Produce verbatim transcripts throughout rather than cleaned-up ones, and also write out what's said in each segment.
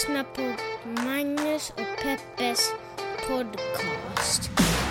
lyssnar på Magnus och Peppes podcast.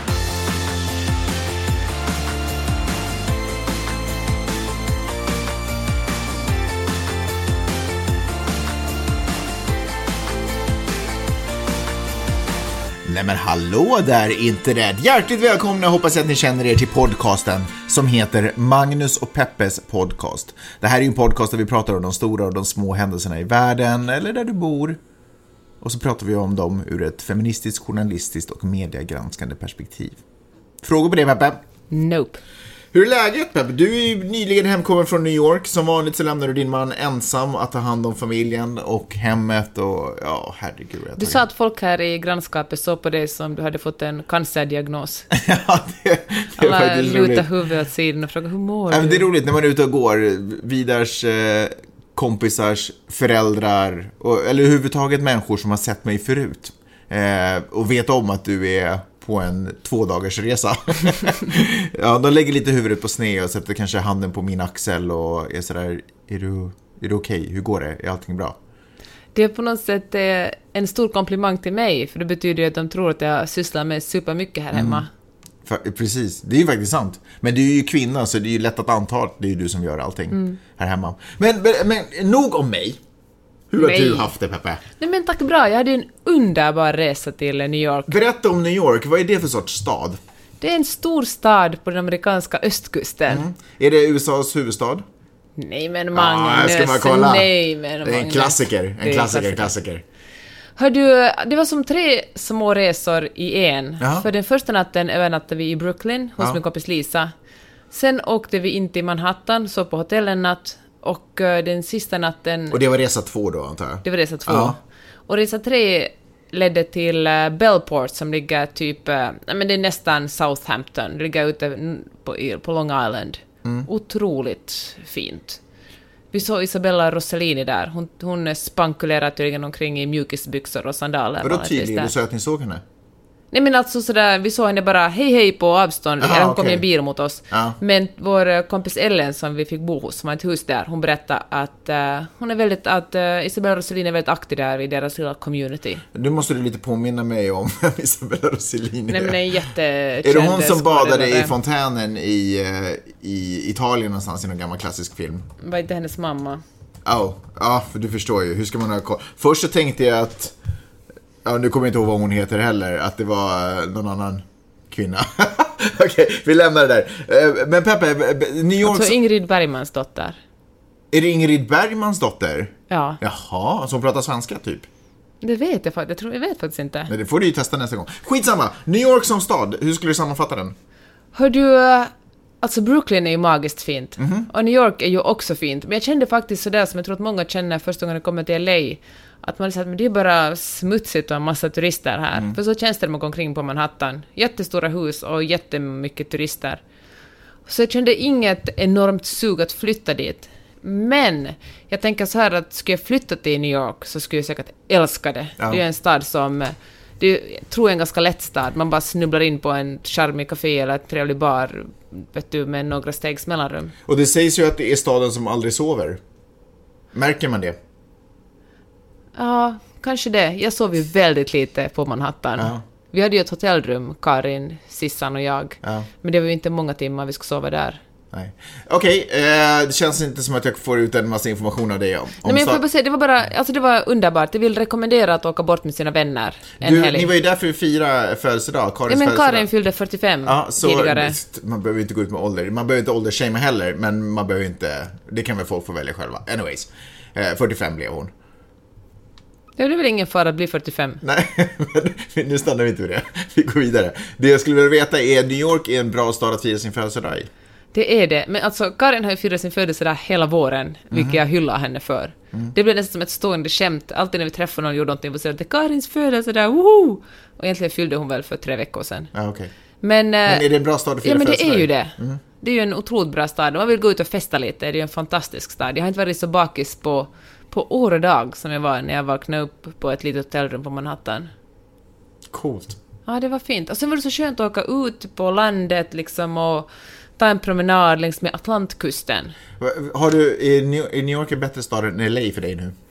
Nej men hallå där internet, hjärtligt välkomna, hoppas att ni känner er till podcasten som heter Magnus och Peppes podcast. Det här är ju en podcast där vi pratar om de stora och de små händelserna i världen eller där du bor. Och så pratar vi om dem ur ett feministiskt, journalistiskt och mediegranskande perspektiv. Frågor på det, Peppe? Nope. Hur är läget, Peppe? Du är ju nyligen hemkommen från New York. Som vanligt så lämnar du din man ensam att ta hand om familjen och hemmet och ja, herregud. Du sa att folk här i grannskapet såg på dig som du hade fått en cancerdiagnos. Ja, det, det är alla faktiskt lutar roligt. huvudet åt sidan och frågar hur mår Ja, du? men det är roligt när man är ute och går. Vidars eh, kompisars föräldrar och, eller överhuvudtaget människor som har sett mig förut eh, och vet om att du är på en två dagars resa. Ja, de lägger lite huvudet på sned och sätter kanske handen på min axel och är sådär, är du, är du okej? Hur går det? Är allting bra? Det är på något sätt eh, en stor komplimang till mig, för det betyder ju att de tror att jag sysslar med supermycket här hemma. Mm. För, precis, det är ju faktiskt sant. Men du är ju kvinna så det är ju lätt att anta att det är du som gör allting mm. här hemma. Men, men, men nog om mig. Hur har Nej. du haft det, Peppe? Nej men tack bra, jag hade en underbar resa till New York. Berätta om New York, vad är det för sorts stad? Det är en stor stad på den amerikanska östkusten. Mm. Är det U S A:s huvudstad? Nej men Magnus, Ja, ska man kolla. nej men Magnus. Det är en klassiker, en Det är klassiker, klassiker. klassiker. Hör du, det var som tre små resor i en. Jaha. För den första natten övernattade vi i Brooklyn hos Ja. min kompis Lisa. Sen åkte vi in till Manhattan, så på hotell en natt. Och uh, den sista natten... Och det var resa två då, antar jag? Det var resa två. Ja. Och resa tre ledde till uh, Bellport som ligger typ... Uh, nej, men det är nästan Southampton. Det ligger ute på, på Long Island. Mm. Otroligt fint. Vi såg Isabella Rossellini där. Hon, hon spankulerar tydligen omkring i mjukisbyxor och sandaler. Vadå tydligen? Du sa att ni såg henne? Nej men alltså sådär, vi såg henne bara hej hej på avstånd. Aha, Eller hon kom okej. i en bil mot oss. Ja. Men vår kompis Ellen som vi fick bo hos, som har ett hus där, hon berättade att uh, hon är väldigt, att uh, Isabella Rossellini är väldigt aktiv där i deras lilla community. Nu måste du lite påminna mig om Isabella Rossellini. Nej men det är jättekänd. Är det hon som badade i skådespelare. fontänen i, eh, i Italien någonstans i någon gammal klassisk film? Var inte hennes mamma? Oh, ja, för du förstår ju. Hur ska man ha koll? Först så tänkte jag att... Ja, nu kommer jag inte ihåg vad hon heter heller. Att det var någon annan kvinna. Okej, okay, vi lämnar det där. Eh, Men Peppe, New York... Alltså Ingrid Bergmans dotter. Är det Ingrid Bergmans dotter? Ja. Jaha, som pratar svenska typ. Det vet jag faktiskt. Jag, tror, jag vet faktiskt inte. Men det får du ju testa nästa gång. Skitsamma, New York som stad. Hur skulle du sammanfatta den? Hör du... uh, Alltså Brooklyn är ju magiskt fint. Mm-hmm. Och New York är ju också fint. Men jag kände faktiskt sådär som jag tror att många känner första gången de kommer till L A. Att man säger att det är bara smutsigt och en massa turister här. Mm. För så känns det när man går omkring på Manhattan. Jättestora hus och jättemycket turister. Så jag kände inget enormt sug att flytta dit. Men jag tänker så här att skulle jag flytta till New York så skulle jag säkert älska det. Ja. Det är ju en stad som... Det är, jag tror en ganska lätt stad. Man bara snubblar in på en charmig café eller en trevlig bar, vet du, med några stegs mellanrum. Och det sägs ju att det är staden som aldrig sover. Märker man det? Ja, kanske det. Jag sov ju väldigt lite på Manhattan. Ja. Vi hade ju ett hotellrum, Karin, Sissan och jag. Ja. Men det var ju inte många timmar vi skulle sova där. Nej. Okej, eh, det känns inte som att jag får ut en massa information av dig om, om Nej, men jag får stad. bara säga, det var bara, alltså det var underbart. Jag vill rekommendera att åka bort med sina vänner en Du, helg. ni var ju där för att fira födelsedag, Karins Ja, men födelsedag. Karin fyllde fyrtiofem Ja, så tidigare. man behöver inte gå ut med ålder. Man behöver inte åldersshamea heller, men man behöver inte... Det kan väl folk få välja själva. Anyways, eh, fyrtiofem blev hon. Det är väl ingen fara att bli fyrtiofem. Nej, men nu stannar vi inte med det. Vi går vidare. Det jag skulle vilja veta är, New York är en bra stad att fira sin födelsedag i. Det är det. Men alltså, Karin har ju firat sin födelsedag hela våren, vilket jag hyllar henne för. Mm. Det blev nästan som ett stående skämt. Alltid när vi träffade någon och gjorde någonting, vi sa att det är Karins födelsedag, woho! Och egentligen fyllde hon väl för tre veckor sedan. Ja, okej. Okay. Men, men är det en bra stad att fira ja, men det födelsedag? är ju det. Mm. Det är ju en otroligt bra stad. Man vill gå ut och festa lite. Det är ju en fantastisk stad. Jag har inte varit så bakis på, på år och dag som jag var när jag vaknade upp på ett litet hotellrum på Manhattan. Coolt. Ja, det var fint. Och sen var det så skönt att åka ut på landet liksom och ta en promenad längs med Atlantkusten. Har du, är New York en bättre stad än L A för dig nu?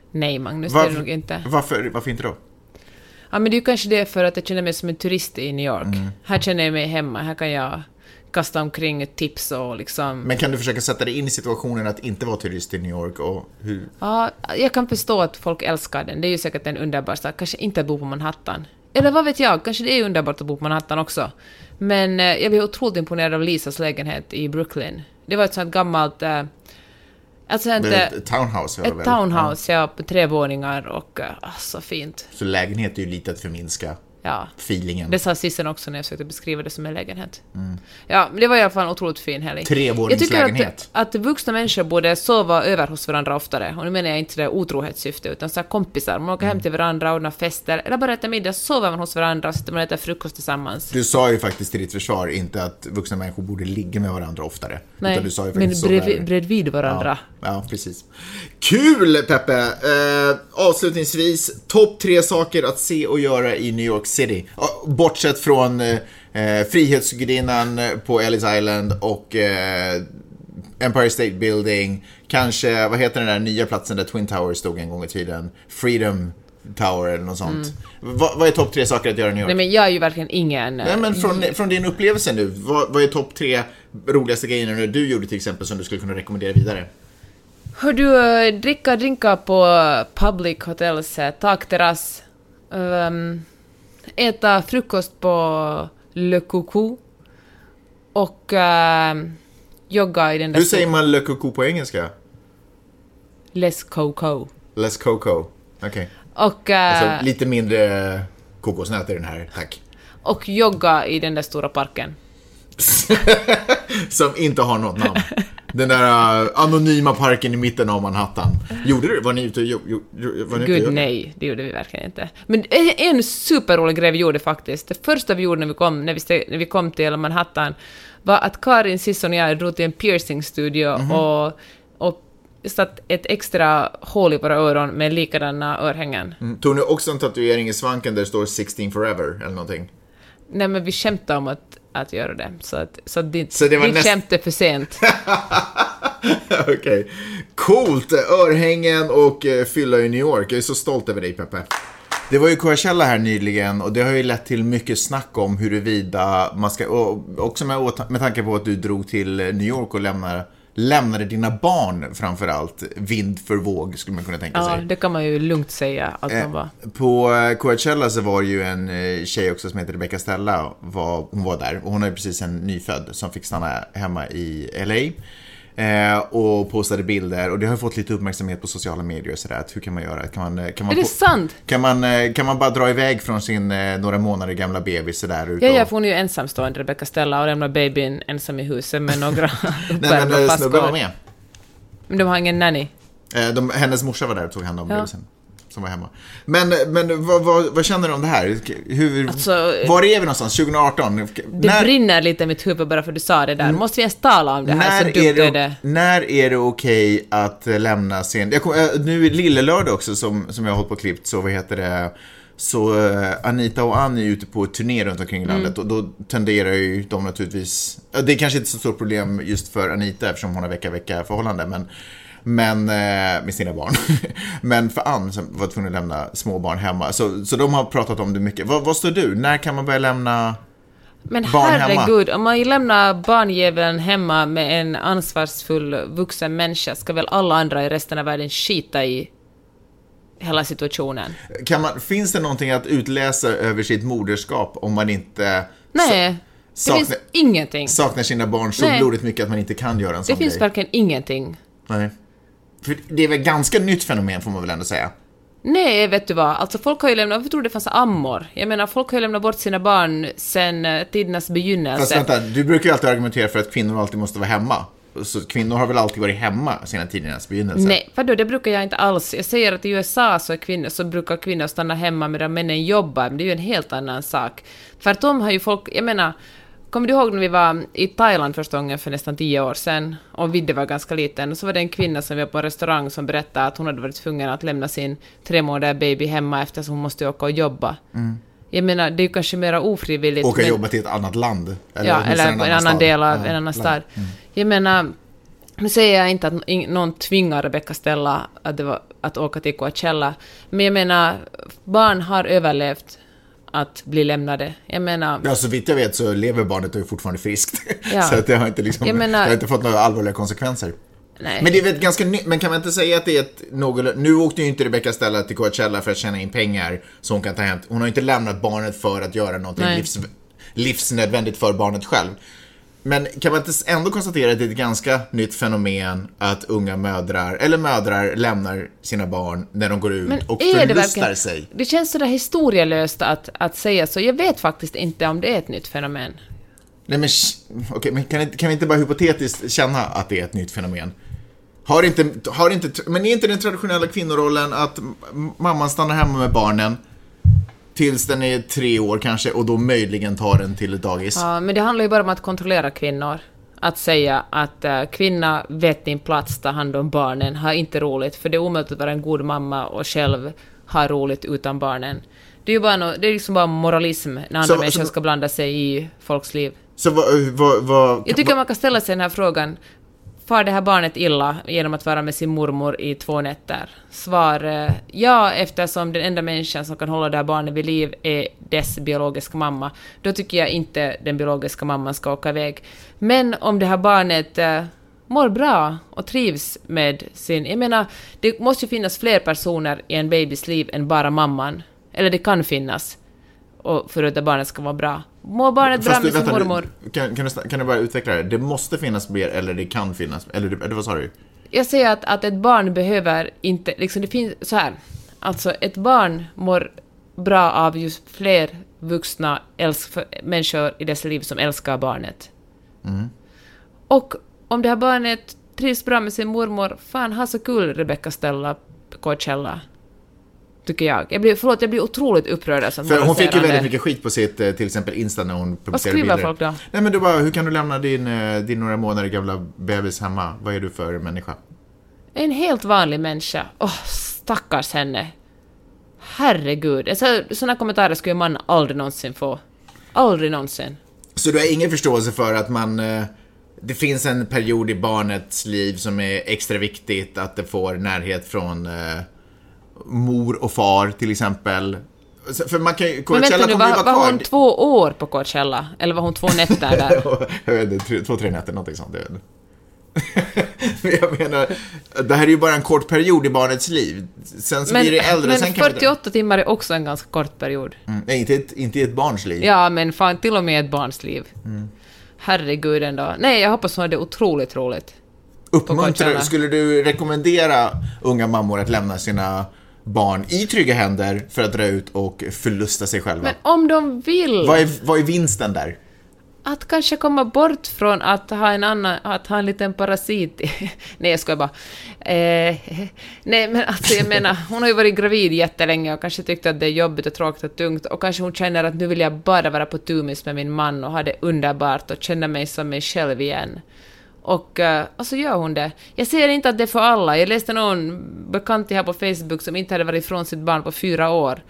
Nej, Magnus, Varför, det är det nog inte. Varför, varför inte då? Ja, men det är ju kanske det för att jag känner mig som en turist i New York. Mm. Här känner jag mig hemma, här kan jag kasta omkring ett tips och liksom... Men kan du försöka sätta dig in i situationen att inte vara turist i New York och hur? Ja, jag kan förstå att folk älskar den. Det är ju säkert en underbar stad. Kanske inte att bo på Manhattan. Eller vad vet jag, kanske det är underbart att bo på Manhattan också. Men eh, jag blev otroligt imponerad av Lisas lägenhet i Brooklyn. Det var ett sånt gammalt... Eh, alltså inte, ett townhouse. Ett väl? townhouse, ja, på tre våningar och eh, så fint. Så lägenhet är ju lite att förminska. Ja, feelingen. Det sa Sissen också när jag försökte beskriva det som en lägenhet. Mm. Ja, men det var i alla fall en otroligt fin helg. Trevåningslägenhet. Jag tycker att, att vuxna människor borde sova över hos varandra oftare. Och nu menar jag inte det otrohetssyfte, utan så här kompisar. Man åker mm. hem till varandra och ordnar fester. Eller bara äter middag, sover man hos varandra och sitter man och äter frukost tillsammans. Du sa ju faktiskt till ditt försvar inte att vuxna människor borde ligga med varandra oftare. Nej, utan du sa ju men bredvid, bredvid varandra. Ja, ja, precis. Kul, Peppe! Eh, avslutningsvis, topp tre saker att se och göra i New York City. Bortsett från eh, Frihetsgudinnan på Ellis Island och eh, Empire State Building. Kanske, vad heter den där nya platsen där Twin Towers stod en gång i tiden? Freedom Tower eller något sånt. Mm. Va, vad är topp tre saker att göra i New York? Nej, men jag är ju verkligen ingen... Nej, men från, från din upplevelse nu, vad, vad är topp tre roligaste grejerna du gjorde till exempel som du skulle kunna rekommendera vidare? Hör du, dricka drinkar på public hotels, takterrass, um, äta frukost på Le Coucou och uh, jogga i den där... Hur säger man Le Coucou på engelska? Les Coco. Les Coco, okej. Okay. Och... Uh, alltså lite mindre kokosnöt i den här, tack. Och jogga i den där stora parken. Som inte har något namn. Den där uh, anonyma parken i mitten av Manhattan. Gjorde du? Var ni ute? Jo, jo, var ni Gud, ute? nej, det gjorde vi verkligen inte. Men en superrolig grej vi gjorde faktiskt. Det första vi gjorde när vi kom, när vi, steg, när vi kom till Manhattan var att Karin, Sisson och jag drog till en piercing-studio mm-hmm. och, och satt ett extra hål i våra öron med likadana örhängen. Mm. Tog ni också en tatuering i svanken där det står sixteen forever eller någonting? Nej, men vi skämtade om att, att göra det. Så att, så att det, så det var vi näst... skämtade för sent. Okej. Okay. Coolt! Örhängen och uh, fylla i New York. Jag är så stolt över dig, Peppe. Det var ju Coachella här nyligen och det har ju lett till mycket snack om huruvida man ska... Och också med, med tanke på att du drog till New York och lämnade... lämnade dina barn framförallt vind för våg, skulle man kunna tänka ja, sig. Ja, det kan man ju lugnt säga att man var. Eh, på Coachella så var ju en tjej också som heter Rebecca Stella, var, hon var där och hon är ju precis en nyfödd som fick stanna hemma i L A eh, och postade bilder och det har fått lite uppmärksamhet på sociala medier och sådär, att hur kan man göra? Kan man, kan man är det på, sant? Kan man, kan man bara dra iväg från sin eh, några månader gamla bebis sådär? Ja, ja, för hon är ju ensamstående, Rebecca Stella, och lämnar babyn ensam i huset med några Nej, men snubben var med. Men de har ingen nanny. Eh, de, hennes morsa var där och tog hand om ja. bebisen som var hemma. Men, men vad, vad, vad känner du om det här? Hur, alltså, var är vi någonstans? tjugo arton? Det när, brinner lite i mitt huvud bara för att du sa det där. Måste vi ens tala om det här? När så är det, är det. När är det okej okay att lämna sin... Jag kom, nu är Lille Lördag också som, som jag har hållit på och klippt. Så vad heter det... Så uh, Anita och Annie är ute på ett turné runt omkring mm. landet och då tenderar ju de naturligtvis... Det är kanske inte så stort problem just för Anita eftersom hon har vecka-vecka förhållande, men... Men med sina barn. Men för Ann som var tvungen att lämna små barn hemma. Så, så de har pratat om det mycket. Vad, vad står du? När kan man börja lämna Men barn herregud, hemma? Om man lämnar barnjäveln hemma med en ansvarsfull vuxen människa ska väl alla andra i resten av världen skita i hela situationen. Kan man, finns det någonting att utläsa över sitt moderskap om man inte... Nej. Saknar, det finns ingenting. Saknar sina barn så Nej. blodigt mycket att man inte kan göra en sån Det finns grej. verkligen ingenting. Nej. För det är väl ganska nytt fenomen får man väl ändå säga. Nej, vet du vad? Alltså folk har ju lämnat, jag tror det fanns ammor. Jag menar, folk har ju lämnat bort sina barn sen tidernas begynnelse. Fast vänta, du brukar ju alltid argumentera för att kvinnor alltid måste vara hemma. Så kvinnor har väl alltid varit hemma sedan tidernas begynnelse? Nej, för då det brukar jag inte alls. Jag säger att i U S A så, är kvinnor, så brukar kvinnor stanna hemma medan männen jobbar. Men det är ju en helt annan sak. För att de har ju folk, jag menar... Kommer du ihåg när vi var i Thailand första gången för nästan tio år sedan och Vidde var ganska liten och så var det en kvinna som var på en restaurang som berättade att hon hade varit tvungen att lämna sin tre månader baby hemma eftersom hon måste åka och jobba. Mm. Jag menar, det är ju kanske mer ofrivilligt. Åka och jobba till ett annat land. Eller ja, eller en, en annan del av ja, en annan stad. Mm. Jag menar, nu säger jag inte att någon tvingar Rebecca Stella att det var att åka till Coachella. Men jag menar, barn har överlevt att bli lämnade. Jag menar... Ja, så vitt jag vet så lever barnet och är fortfarande friskt. Ja. Så att det har inte, liksom, menar... det har inte fått några allvarliga konsekvenser. Nej. Men det är väl ganska nytt, men kan man inte säga att det är ett något... Nu åkte ju inte Rebecca Stella till Coachella för att tjäna in pengar så hon kan ta hem. Hon har inte lämnat barnet för att göra något livs, livsnödvändigt för barnet själv. Men kan man inte ändå konstatera att det är ett ganska nytt fenomen att unga mödrar, eller mödrar lämnar sina barn när de går ut men och förlustar det sig? Det känns sådär historielöst att, att säga så. Jag vet faktiskt inte om det är ett nytt fenomen. Nej men, okay, men kan, kan vi inte bara hypotetiskt känna att det är ett nytt fenomen? Har inte, har inte, men är inte den traditionella kvinnorollen att mamman stannar hemma med barnen tills den är tre år kanske och då möjligen tar den till ett dagis? Ja, men det handlar ju bara om att kontrollera kvinnor. Att säga att äh, kvinna vet din plats, ta hand om barnen, har inte roligt. För det är omöjligt att vara en god mamma och själv ha roligt utan barnen. Det är ju bara, no, det är liksom bara moralism när andra så, människor så, ska blanda sig i folks liv. Så vad... vad, vad Jag tycker vad, man kan ställa sig den här frågan. Far det här barnet illa genom att vara med sin mormor i två nätter? Svar ja, eftersom den enda människan som kan hålla det här barnet vid liv är dess biologiska mamma. Då tycker jag inte den biologiska mamman ska åka iväg. Men om det här barnet äh, mår bra och trivs med sin... Jag menar, det måste ju finnas fler personer i en babys liv än bara mamman. Eller det kan finnas. Och för att barnet ska vara bra. Mår barnet bra med sin mormor? Kan, kan, du, kan du bara utveckla det? Det måste finnas mer eller det kan finnas? Eller, eller vad sa du? Jag säger att, att ett barn behöver inte... Liksom det finns så här. Alltså ett barn mår bra av just fler vuxna älsk, människor i dess liv som älskar barnet. Mm. Och om det här barnet trivs bra med sin mormor, fan, ha så kul Rebecca Stella Coachella. Tycker jag. Jag blir, förlåt, jag blir otroligt upprörd. Alltså, för hon fick ju väldigt mycket skit på sitt, till exempel Insta när hon publicerade bilder. Vad skriver folk då? Nej men du bara, hur kan du lämna din, din några månader gamla bebis hemma? Vad är du för människa? En helt vanlig människa. Åh, oh, stackars henne. Herregud. Alltså, sådana kommentarer skulle man aldrig någonsin få. Aldrig någonsin. Så du har ingen förståelse för att man... Det finns en period i barnets liv som är extra viktigt att det får närhet från... mor och far till exempel. För man kan ju... Men vänta nu, var, var hon två år på Coachella? Eller var hon två nätter där? Jag vet inte, två, tre nätter, någonting sånt. Men jag menar, det här är ju bara en kort period i barnets liv. Sen så men, blir det äldre. Men sen fyrtioåtta kan timmar är också en ganska kort period. Mm, nej, inte, ett, inte i ett barns liv. Ja, men fan till och med ett barns liv. Mm. Herregud ändå. Nej, jag hoppas hon hade otroligt roligt. Uppmuntrar, skulle du rekommendera unga mammor att lämna sina barn i trygga händer för att dra ut och förlusta sig själva? Men om de vill... Vad är, vad är vinsten där? Att kanske komma bort från att ha en annan, att ha en liten parasit. Nej, jag skojar bara. Eh, nej, men alltså jag menar, hon har ju varit gravid jättelänge och kanske tyckte att det är jobbigt och tråkigt och tungt och kanske hon känner att nu vill jag bara vara på tumis med min man och ha det underbart och känna mig som mig själv igen. Och, och så gör hon det. Jag säger inte att det är för alla. Jag läste någon bekant här på Facebook som inte hade varit ifrån sitt barn på fyra år.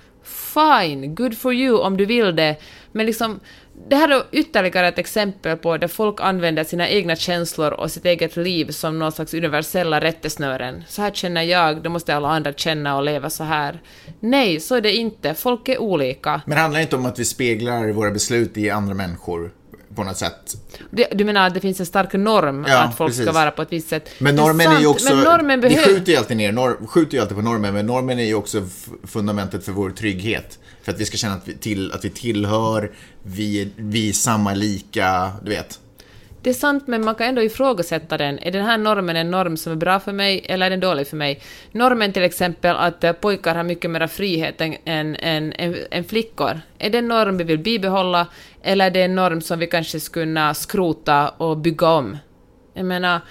Fine, good for you om du vill det. Men liksom, det här är ytterligare ett exempel på där folk använder sina egna känslor och sitt eget liv som någon slags universella rättesnören. Så här känner jag, då måste alla andra känna och leva så här. Nej, så är det inte. Folk är olika. Men det handlar inte om att vi speglar våra beslut i andra människor på något sätt. Det, du menar att det finns en stark norm ja, att folk precis. ska vara på ett visst sätt. Men normen är, är ju också... Men normen behöver... Vi skjuter ju alltid ner, nor, skjuter ju alltid på normen, men normen är ju också f- fundamentet för vår trygghet. För att vi ska känna att vi, till, att vi tillhör, vi, vi är samma lika, du vet. Det är sant, men man kan ändå ifrågasätta den. Är den här normen en norm som är bra för mig eller är den dålig för mig? Normen till exempel att pojkar har mycket mer frihet än, än, än, än, än flickor. Är det en norm vi vill bibehålla eller är det en norm som vi kanske skulle kunna skrota och bygga om? Jag menar,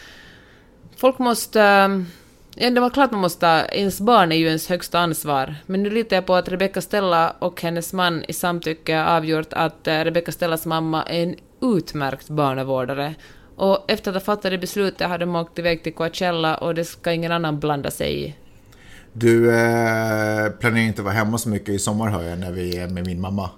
folk måste... Ja, det var klart man måste... Ens barn är ju ens högsta ansvar. Men nu litar jag på att Rebecca Stella och hennes man i samtycke avgjort att Rebecca Stellas mamma är en utmärkt barnavårdare. Och efter att ha fattat det beslutet hade de åkt iväg till Coachella och det ska ingen annan blanda sig i. Du eh, planerar inte att vara hemma så mycket i sommar, hör jag, när vi är med min mamma.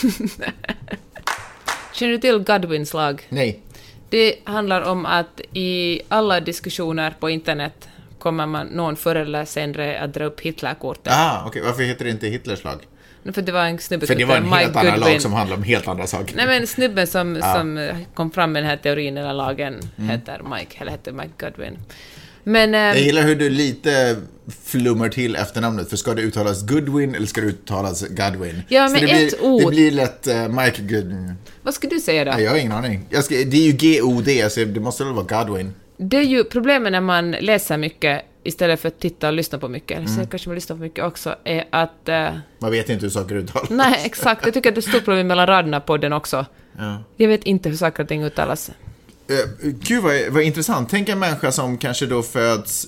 Känner du till Godwins lag? Nej. Det handlar om att i alla diskussioner på internet kommer man någon förr eller senare att dra upp Hitlerkortet. Ah, okej. Okay. Varför heter det inte Hitlers lag? För det var en snubbe För det var en Mike helt annan Goodwin. lag som handlar om helt andra saker. Nej, men snubben som, ja. som kom fram med den här teorin eller lagen mm. heter Mike, eller heter Mike Goodwin. Men, eh, jag gillar hur du lite flummar till efternamnet. För ska det uttalas Goodwin eller ska det uttalas Godwin? Ja, men det ett blir, ord. Det blir lätt uh, Mike Goodwin. Vad ska du säga då? Nej, jag har ingen aning. Jag ska, det är ju G O D, så det måste väl vara Godwin. Det är ju problemet när man läser mycket istället för att titta och lyssna på mycket. Eller så mm. kanske man lyssnar på mycket också. Är att... Uh, man vet inte hur saker uttalas. Nej, exakt. Jag tycker att det är ett stort problem mellan raderna på den också. Ja. Jag vet inte hur saker och ting uttalas. Uh, Gud, vad, vad intressant. Tänk en människa som kanske då föds...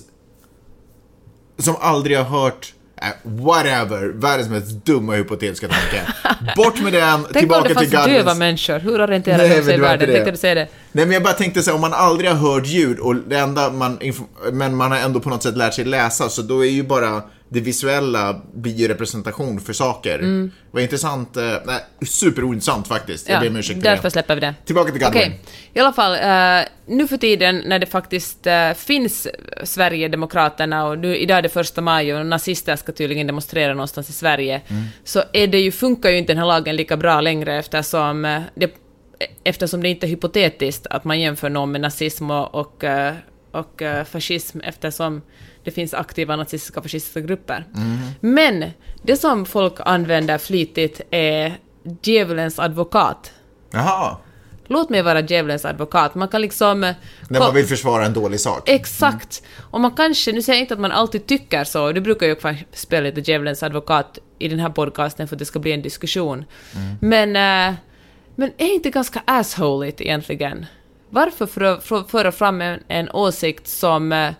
som aldrig har hört äh, whatever, världens mest dumma hypotetiska tanke. Bort med den, tillbaka till Godwins. Tänk om det fanns döva människor, hur orienterar de sig i världen? Tänkte du säga det? Nej, men jag bara tänkte så här, om man aldrig har hört ljud och det enda man, men man har ändå på något sätt lärt sig läsa, så då är ju bara det visuella blir ju representation för saker. Mm. Vad intressant, eh, nej, superointressant faktiskt. Jag ja, ber om ursäkt för därför det. släpper vi det. Tillbaka till Godwin. Okay. I alla fall, uh, nu för tiden när det faktiskt uh, finns Sverigedemokraterna och nu, idag är det första maj och nazister ska tydligen demonstrera någonstans i Sverige, mm. så är det ju, funkar ju inte den här lagen lika bra längre eftersom uh, det, eftersom det inte är hypotetiskt att man jämför någon med nazism och, och, uh, och uh, fascism eftersom det finns aktiva nazistiska och fascistiska grupper. Mm. Men det som folk använder flitigt är djävulens advokat. Jaha. Låt mig vara djävulens advokat. Man kan liksom... När man vill försvara en dålig sak. Exakt. Mm. Och man kanske, nu säger jag inte att man alltid tycker så, du brukar ju spela lite djävulens advokat i den här podcasten för att det ska bli en diskussion. Mm. Men, äh, men är inte ganska assholigt egentligen? Varför föra, föra fram en, en åsikt som... Äh,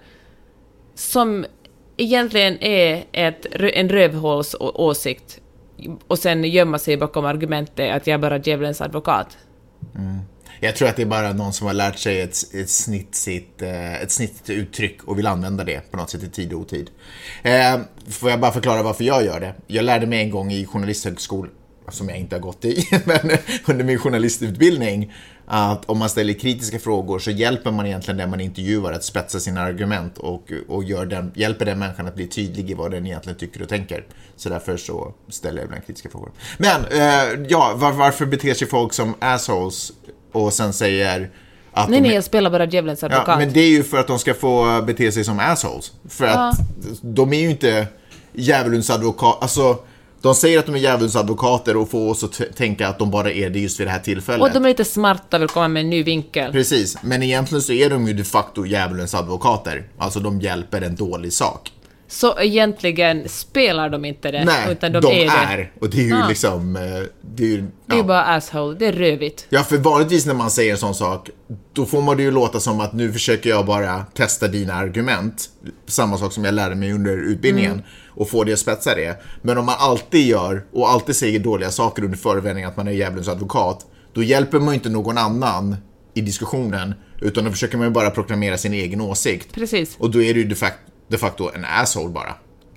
som egentligen är ett, en rövhålsåsikt och sen gömma sig bakom argumentet att jag är bara djävulens advokat. Mm. Jag tror att det är bara någon som har lärt sig ett, ett, snitsigt, ett snittigt uttryck och vill använda det på något sätt i tid och otid. Eh, får jag bara förklara varför jag gör det? Jag lärde mig en gång i journalisthögskolan, som jag inte har gått i, men under min journalistutbildning, att om man ställer kritiska frågor så hjälper man egentligen den man intervjuar att spetsa sina argument och, och gör den, hjälper den människan att bli tydlig i vad den egentligen tycker och tänker. Så därför så ställer jag ibland kritiska frågor. Men, eh, ja, var, varför beter sig folk som assholes och sen säger att nej, de, nej, jag spelar bara djävulens advokat. Ja, men det är ju för att de ska få bete sig som assholes. För att ja. de är ju inte djävulens advokat, alltså... De säger att de är djävulens advokater och får oss att t- tänka att de bara är det just vid det här tillfället. Och de är lite smarta och vill komma med en ny vinkel. Precis, men egentligen så är de ju de facto djävulens advokater. Alltså de hjälper en dålig sak. Så egentligen spelar de inte det? Nej, utan de, de är, är det. och det är ju ah. liksom... Det är ju, det är ja. bara asshole, det är rövigt. Ja, för vanligtvis när man säger en sån sak, då får man det ju låta som att nu försöker jag bara testa dina argument. Samma sak som jag lärde mig under utbildningen. Mm. Och få det att spetsa det. Men om man alltid gör och alltid säger dåliga saker under förevändning att man är djävulens advokat, då hjälper man inte någon annan i diskussionen, utan då försöker man ju bara proklamera sin egen åsikt. Precis. Och då är det ju de facto, de facto en asshole bara.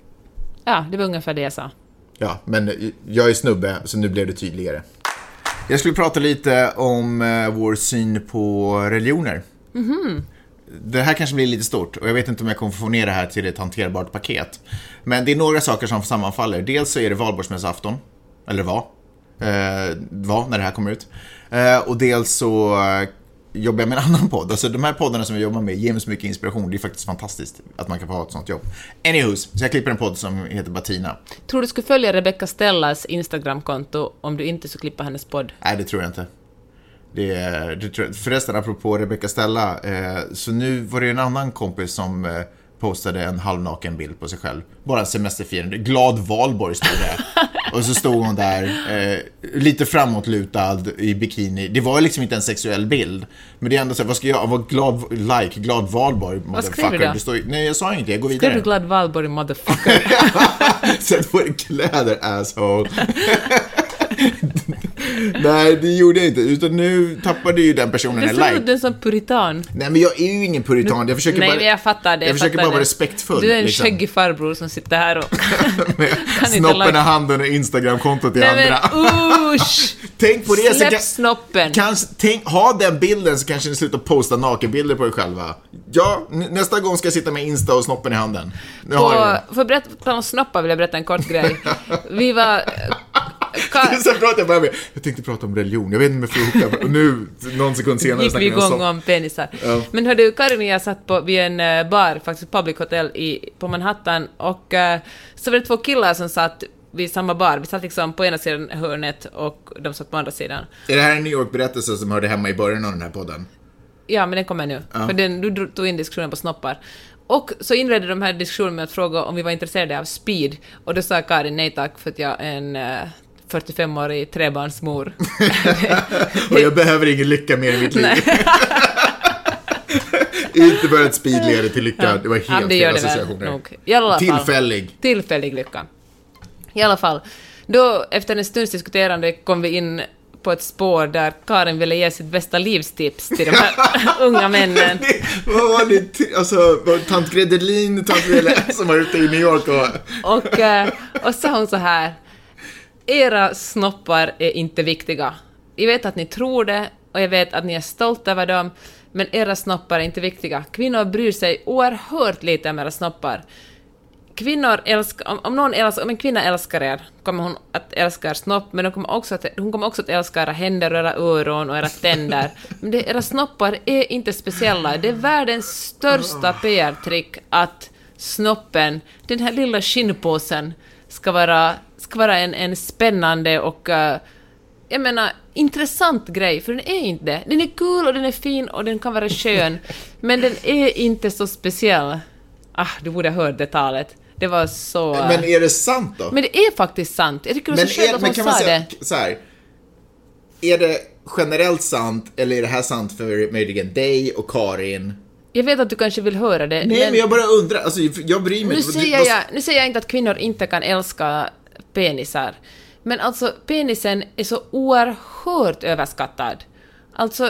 Ja, det var ungefär det jag sa. Ja, men jag är snubbe, så nu blev det tydligare. Jag skulle prata lite om eh, vår syn på religioner. Mhm. Det här kanske blir lite stort och jag vet inte om jag kommer få ner det här till ett hanterbart paket. Men det är några saker som sammanfaller. Dels så är det valborgsmässoafton, eller vad? Eh, vad när det här kommer ut. Eh, och dels så eh, jobbar jag med en annan podd. Alltså de här poddarna som jag jobbar med ger mig så mycket inspiration. Det är faktiskt fantastiskt att man kan få ha ett sånt jobb. Anywho, så jag klipper en podd som heter Batina. Tror du skulle följa Rebecca Stellas Instagram-konto om du inte skulle klippa hennes podd? Nej, det tror jag inte. Det, det tror jag. Förresten, apropå Rebecca Stella, eh, så nu var det en annan kompis som eh, postade en halvnaken bild på sig själv. Bara en semesterfirande. Glad Valborg stod det. Och så stod hon där eh, lite framåtlutad i bikini. Det var liksom inte en sexuell bild. Men det är ändå så här, vad ska jag vara glad, like, glad Valborg, vad skrev du då? Det står, nej, jag sa inte, jag går vidare. Skrev du glad Valborg, motherfucker? Sen var det kläder, asshole. Nej, det gjorde jag inte. Utan nu tappade ju den personen en like. Du är som puritan. Nej, men jag är ju ingen puritan. Jag försöker Nej, bara, men jag fattar det. Jag, jag försöker bara det. vara respektfull. Du är en liksom. skäggig farbror som sitter här och med snoppen i handen och Instagram-kontot i Nej, andra. Men, usch! Tänk på det. Släpp kan, snoppen. Kanske, tänk, ha den bilden så kanske ni slutar posta nakenbilder på er själva. Ja, n- nästa gång ska jag sitta med Insta och snoppen i handen. Nu har jag På, för att berätta om snoppar vill jag berätta en kort grej. Vi var... Ka- Sen pratade jag bara med, jag tänkte prata om religion, jag vet inte om jag får ihop det. Och nu, någon sekund senare, gick vi igång om penisar. Ja. Men hörde, Karin och jag satt på, vid en uh, bar, faktiskt Public Hotel i, på Manhattan, och uh, så var det två killar som satt vid samma bar. Vi satt liksom på ena sidan hörnet och de satt på andra sidan. Är det här en New York-berättelse som hörde hemma i början av den här podden? Ja, men den kommer nu. Ja. För den, du tog in diskussionen på snoppar. Och så inledde de här diskussionen med att fråga om vi var intresserade av speed. Och då sa Karin nej tack för att jag är en uh, fyrtiofemårig trebarnsmor. Och jag behöver ingen lycka mer i mitt liv. Inte för att speed leder till lycka. Ja. Det var helt ja, det fel associationer. I alla fall, Tillfällig. Tillfällig lycka. I alla fall. Då, efter en stunds diskuterande, kom vi in på ett spår där Karin ville ge sitt bästa livstips till de här unga männen. Vad var det? Alltså, var tant Gredelin, tant Lille som var ute i New York och... och, och sa hon så här: era snoppar är inte viktiga. Jag vet att ni tror det och jag vet att ni är stolta över dem, men era snoppar är inte viktiga. Kvinnor bryr sig oerhört lite om era snoppar. Kvinnor älskar, om, om någon älskar, om en kvinna älskar er, kommer hon att älska er snopp, men hon kommer också att, hon kommer också att älska era händer och era öron och era tänder. Men det, era snoppar är inte speciella. Det är världens största P R-trick att snoppen, den här lilla skinnpåsen, ska vara, ska vara en, en spännande och uh, jag menar, intressant grej, för den är inte det. Den är cool och den är fin och den kan vara skön, men den är inte så speciell. Ah, du borde ha hört det talet. Det var så... Men är det sant då? Men det är faktiskt sant. Jag tycker det var så skönt att hon kan sa man säga, det. så här, är det generellt sant eller är det här sant för möjligen dig och Karin? Jag vet att du kanske vill höra det. Nej, men, men jag bara undrar. Alltså, jag bryr mig nu inte. säger, jag, nu säger jag inte att kvinnor inte kan älska penisar. Men alltså, penisen är så oerhört överskattad. Alltså...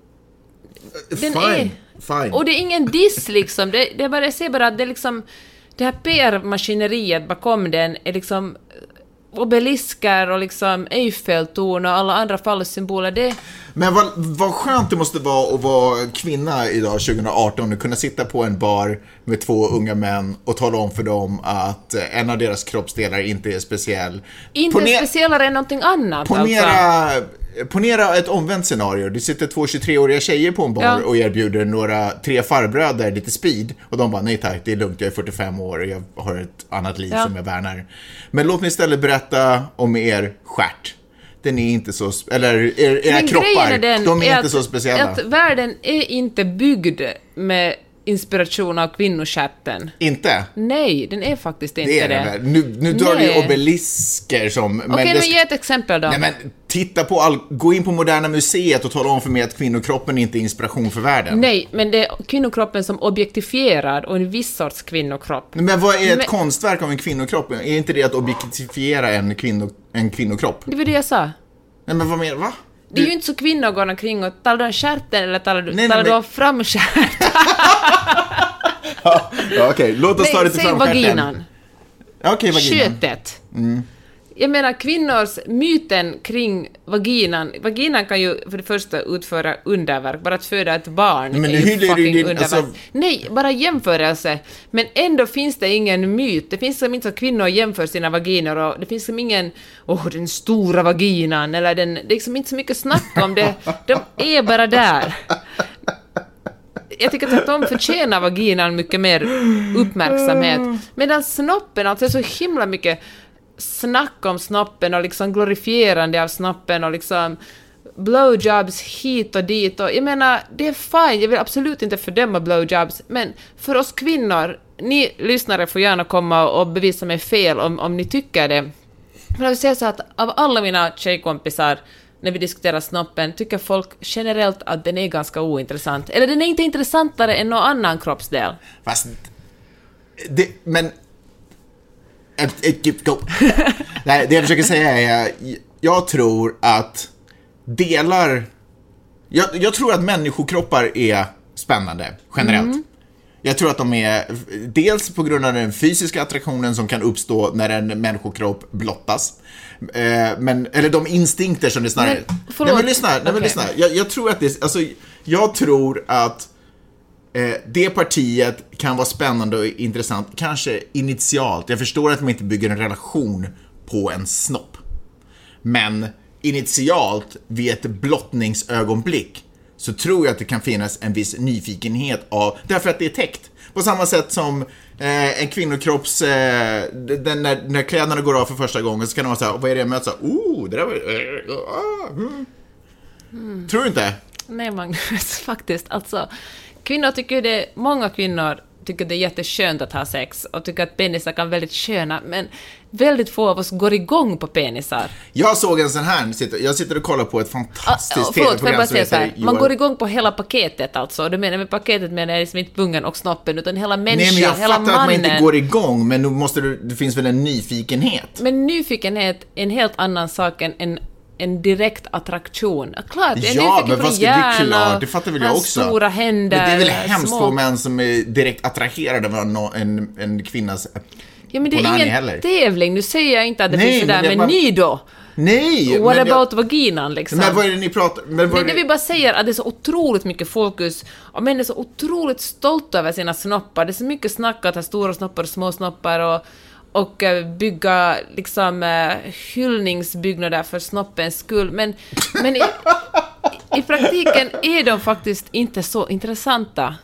Den Fine. är, Fine. Och det är ingen diss liksom. Det, det är bara, jag ser bara att det är liksom... Det här P R-maskineriet bakom den är liksom... Obelisker och liksom Eiffeltorn och alla andra falsksymboler. Det... Men vad, vad skönt det måste vara att vara kvinna idag tjugo arton och kunna sitta på en bar med två unga män och tala om för dem att en av deras kroppsdelar inte är speciell. Inte Poner- speciellare än någonting annat. Ponera, alltså. ponera ett omvänt scenario. Det sitter två tjugotre-åriga tjejer på en bar Ja. och erbjuder några tre farbröder lite speed. Och de bara, nej tack, det är lugnt, jag är fyrtiofem år och jag har ett annat liv Ja. som jag värnar. Men låt mig istället berätta om er stjärt. Den är inte så, eller er, era Men kroppar, grejen är den, de är, är inte att, så speciella. Att världen är inte byggd med inspiration av kvinnostjärten. Inte? Nej, den är faktiskt inte Det är det. det. väl. Nu, nu drar Nej. du ju obelisker som... Okej, det men ska- ge ett exempel då. Nej, men titta på all... Gå in på Moderna Museet och tala om för mig att kvinnokroppen inte är inspiration för världen. Nej, men det är kvinnokroppen som objektifierar och en viss sorts kvinnokropp. Men vad är ett Men- konstverk av en kvinnokropp? Är inte det att objektifiera en, kvinno, en kvinnokropp? Det var det jag sa. Nej, men vad menar va? Det är ju inte så kvinnor går omkring och talar du om stjärten eller talar du, Nej, nej, talar du men- om framstjärten? Ja, ja, okej. Låt oss ta det till säg framstjärten. vaginan. Ja, okej, vaginan. Skötet. Jag menar, kvinnors myten kring vaginan... Vaginan kan ju för det första utföra underverk. Bara att föda ett barn Men är nu ju hyllar du fucking din- underverk. alltså- Nej, bara jämförelse. Men ändå finns det ingen myt. Det finns som inte att kvinnor jämför sina vaginer och det finns som ingen... Åh, oh, den stora vaginan eller den... Det är liksom inte så mycket snack om det. De är bara där. Jag tycker att de förtjänar vaginan mycket mer uppmärksamhet. Medan snoppen, alltså är så himla mycket snack om snoppen och liksom glorifierande av snoppen och liksom blowjobs hit och dit. Och jag menar, det är fine, jag vill absolut inte fördöma blowjobs, men för oss kvinnor, ni lyssnare får gärna komma och bevisa mig fel om, om ni tycker det. Men jag vill säga så att av alla mina tjejkompisar när vi diskuterar snoppen, tycker folk generellt att den är ganska ointressant. Eller den är inte intressantare än någon annan kroppsdel. Fast... Det, men... Ett, ett, go. Nej, det jag försöker säga är... Jag, jag tror att delar... Jag, jag tror att människokroppar är spännande, generellt. Mm. Jag tror att de är, dels på grund av den fysiska attraktionen som kan uppstå när en människokropp blottas. Eh, men, eller de instinkter som det snarare... Men, nej men lyssna, nej, okay. men lyssna. Jag, jag tror att det, alltså, jag tror att eh, det partiet kan vara spännande och intressant, kanske initialt. Jag förstår att man inte bygger en relation på en snopp. Men initialt, vid ett blottningsögonblick, så tror jag att det kan finnas en viss nyfikenhet av, därför att det är täckt. På samma sätt som eh, en kvinnokropps, eh, den, när, när kläderna går av för första gången, så kan det vara så här, vad är det jag möter? Så här, oh, det där var... Uh, uh, uh. Mm. Tror du inte? Nej, Magnus, faktiskt. Alltså, kvinnor tycker det, många kvinnor tycker det är jätteskönt att ha sex och tycker att penisar kan väldigt sköna, men väldigt få av oss går igång på penisar. Jag såg en sån här, jag sitter och kollar på ett fantastiskt ah, förlåt, tv-program som heter... Man går igång på hela paketet alltså, du menar med paketet menar jag liksom inte pungen och snoppen utan hela människan, Nej, men jag hela fattar mannen. Att man inte går igång, men nu måste du, det finns väl en nyfikenhet. Men nyfikenhet är en helt annan sak än en en direkt attraktion. Klart, jag är ja, nyfiken men på vad ska hjärna, det klart, det fattar väl jag också. Stora händer. Men det är väl hemskt små... på män som är direkt attraherade av en, en, en kvinnas Ja, men det är ingen heller. tävling. Nu säger jag inte att det Nej, finns sådär, men, men bara... ni då? Nej! What men about jag... vaginan liksom? Men vad är det ni pratar... Men vad det, det vi bara säger att det är så otroligt mycket fokus och män är så otroligt stolta över sina snoppar. Det är så mycket snack att ha stora snoppar och små snoppar och och bygga liksom hyllningsbyggnader för snoppens skull. Men, men i, i praktiken är de faktiskt inte så intressanta.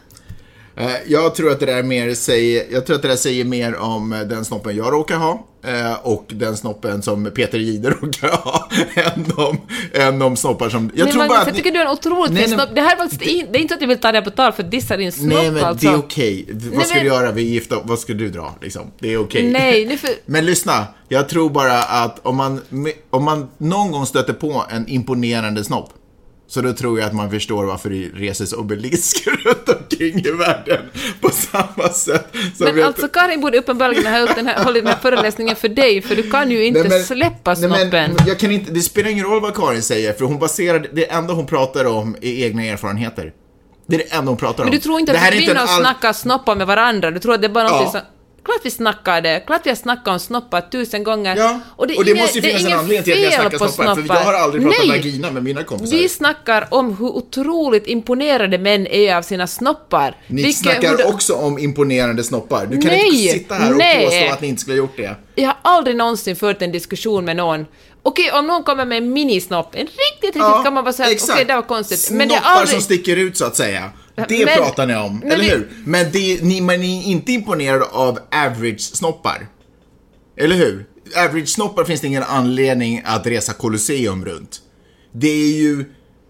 Jag tror att det där mer säger, jag tror att det där säger mer om den snoppen jag råkar ha och den snoppen som Peter Jihde råkar ha än de, än de snoppar som... Jag men tror man, bara att jag ni... tycker du är en otroligt nej, snopp. Det här är faktiskt det, det är inte att jag vill ta det på tal för att dissa din snopp. Nej, men alltså. det är okej. Okay. Vad nej, ska men... du göra? Vi är gifta. Vad ska du dra? Liksom? Det är okej. Okay. Nej, det för... Men lyssna. Jag tror bara att om man, om man någon gång stöter på en imponerande snopp, så då tror jag att man förstår varför det reses obelisker runt omkring i världen på samma sätt. Som men jag... alltså Karin borde uppenbarligen ha hållit den här, hållit den här föreläsningen för dig, för du kan ju inte nej, men, släppa snoppen. Nej, men jag kan inte, det spelar ingen roll vad Karin säger, för hon baserar, det enda hon pratar om är egna erfarenheter. Det är det enda hon pratar om. Men du tror inte att kvinnor all... snackar snoppar med varandra? Du tror att det är bara något ja. som... Klart vi snackar det. Klart vi har snackat om snoppar tusen gånger. Ja, och det, och det inga, måste ju finnas en anledning till att jag snackar snoppar, snoppar. För jag har aldrig pratat Nej. vagina med mina kompisar. Vi snackar om hur otroligt imponerade män är av sina snoppar. Ni Vilka, snackar du... också om imponerande snoppar. Du kan Nej. inte sitta här och Nej. påstå att ni inte skulle ha gjort det. Jag har aldrig någonsin fört en diskussion med någon. Okej, om någon kommer med en minisnopp, en riktigt, riktigt ja, kan man bara säga, okej, det var konstigt. Snoppar men det är aldrig... som sticker ut så att säga. Det men, pratar ni om, eller vi... hur? Men det, ni, man är inte imponerad av average-snoppar. Eller hur? Average-snoppar finns det ingen anledning att resa Colosseum runt. Det är ju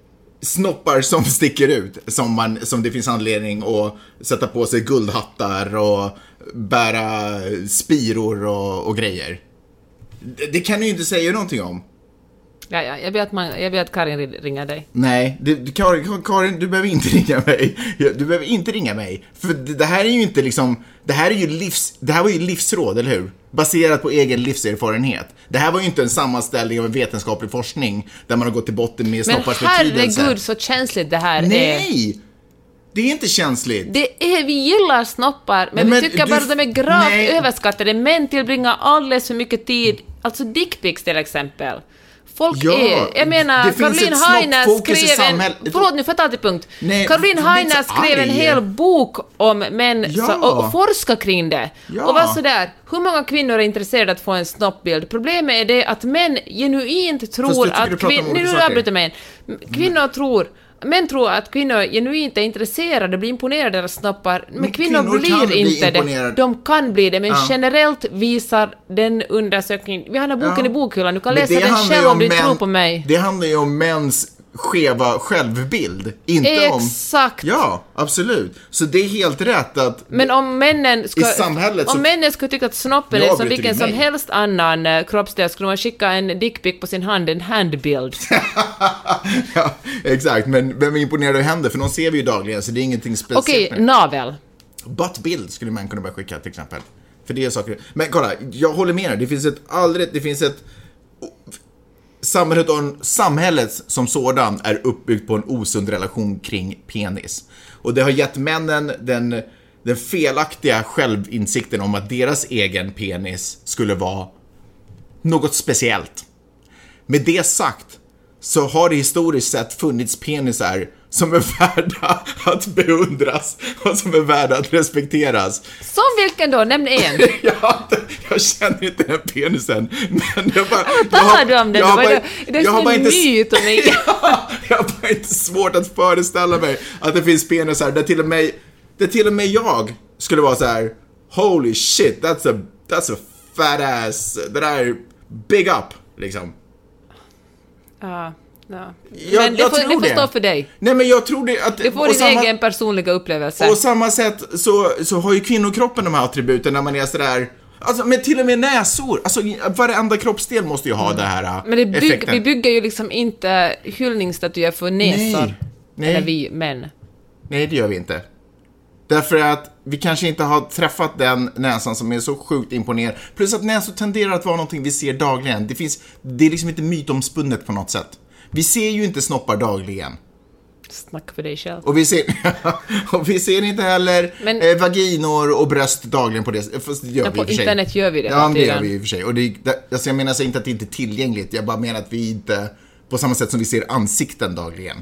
snoppar som sticker ut som, man, som det finns anledning att sätta på sig guldhattar och bära spiror och, och grejer. Det, det kan ni ju inte säga någonting om. Ja, ja, jag ber att, man, jag ber att Karin ringer dig. Nej, det, Karin, Karin, du behöver inte ringa mig. Du behöver inte ringa mig. För det, det här är ju inte liksom... Det här är ju livs... Det här var ju livsråd, eller hur? Baserat på egen livserfarenhet. Det här var ju inte en sammanställning av en vetenskaplig forskning där man har gått till botten med snoppars betydelse. Men herregud, så känsligt det här Nej! är. Nej! Det är inte känsligt. Det är, vi gillar snoppar, men, men vi tycker du, bara att de är gravt nej. överskattade. Män tillbringar alldeles för mycket tid. Alltså dickpics till exempel. Folk ja, är, jag menar, Caroline Heiner skrev en, förlåt nu för att ta till punkt. Nej, Caroline Heiner skrev en hel bok om män ja. så, och, och forskar kring det. Ja. Och var sådär, hur många kvinnor är intresserade att få en snoppbild? Problemet är det att män genuint tror att kvinnor, nu avbryter mig, kvinnor tror Män tror att kvinnor genuint är intresserade, blir imponerade av deras snoppar. Men, men kvinnor, kvinnor blir inte bli det. De kan bli det, men ja. generellt visar den undersökningen... Vi har den här boken ja. i bokhyllan, du kan men läsa den själv om du inte tror på mig. Det handlar ju om mäns skeva självbild. Inte Exakt. Om, ja, absolut. Så det är helt rätt att... Men om männen ska, i samhället om så, männen skulle tycka att snoppen är som vilken som helst annan uh, kroppsdel, skulle man skicka en dickpic på sin hand, en handbild. Ja, exakt. Men vem är imponerad av händer? För de ser vi ju dagligen, så det är ingenting speciellt. Okej, okay, navel. Buttbild skulle man kunna börja skicka till exempel. För det är saker... Men kolla, jag håller med dig. Det finns ett alldeles... Det finns ett... samhället, och samhället som sådan är uppbyggt på en osund relation kring penis. Och det har gett männen den, den felaktiga självinsikten om att deras egen penis skulle vara något speciellt. Med det sagt så har det historiskt sett funnits penisar som är värda att beundras och som är värda att respekteras. Som vilken då? Nämn en. Ja, jag känner inte den penisen. Men jag bara... Vad talar du om den? Jag har bara, det är som en myt om mig. Ja, jag har bara inte svårt att föreställa mig att det finns penisar där till och med, där till och med jag skulle vara så här: holy shit, that's a, that's a fat ass. Det där big up, liksom. Ja, ja. Jag, men det jag får, tror det får det. stå för dig. Nej, men jag tror det att... Du får din samma, egen personliga upplevelse. Och samma sätt så, så har ju kvinnokroppen de här attributen när man är sådär... Alltså, men till och med näsor. Alltså, varenda kroppsdel måste ju ha mm. det här Men det bygg, effekten. vi bygger ju liksom inte hyllningsstatyer för näsor. Nej. Nej. Eller vi män. Nej, det gör vi inte. Därför att vi kanske inte har träffat den näsan som är så sjukt imponerad. Plus att näsor tenderar att vara någonting vi ser dagligen. Det finns, det är liksom inte mytomspunnet på något sätt. Vi ser ju inte snoppar dagligen. Snacka för dig själv. Och vi ser, och vi ser inte heller men, eh, vaginor och bröst dagligen på det. Fast det gör ja, vi på i och för sig. internet gör vi det. Ja, det gör vi i och för sig. Och det, det, alltså jag menar så inte att det inte är tillgängligt. Jag bara menar att vi inte, på samma sätt som vi ser ansikten dagligen.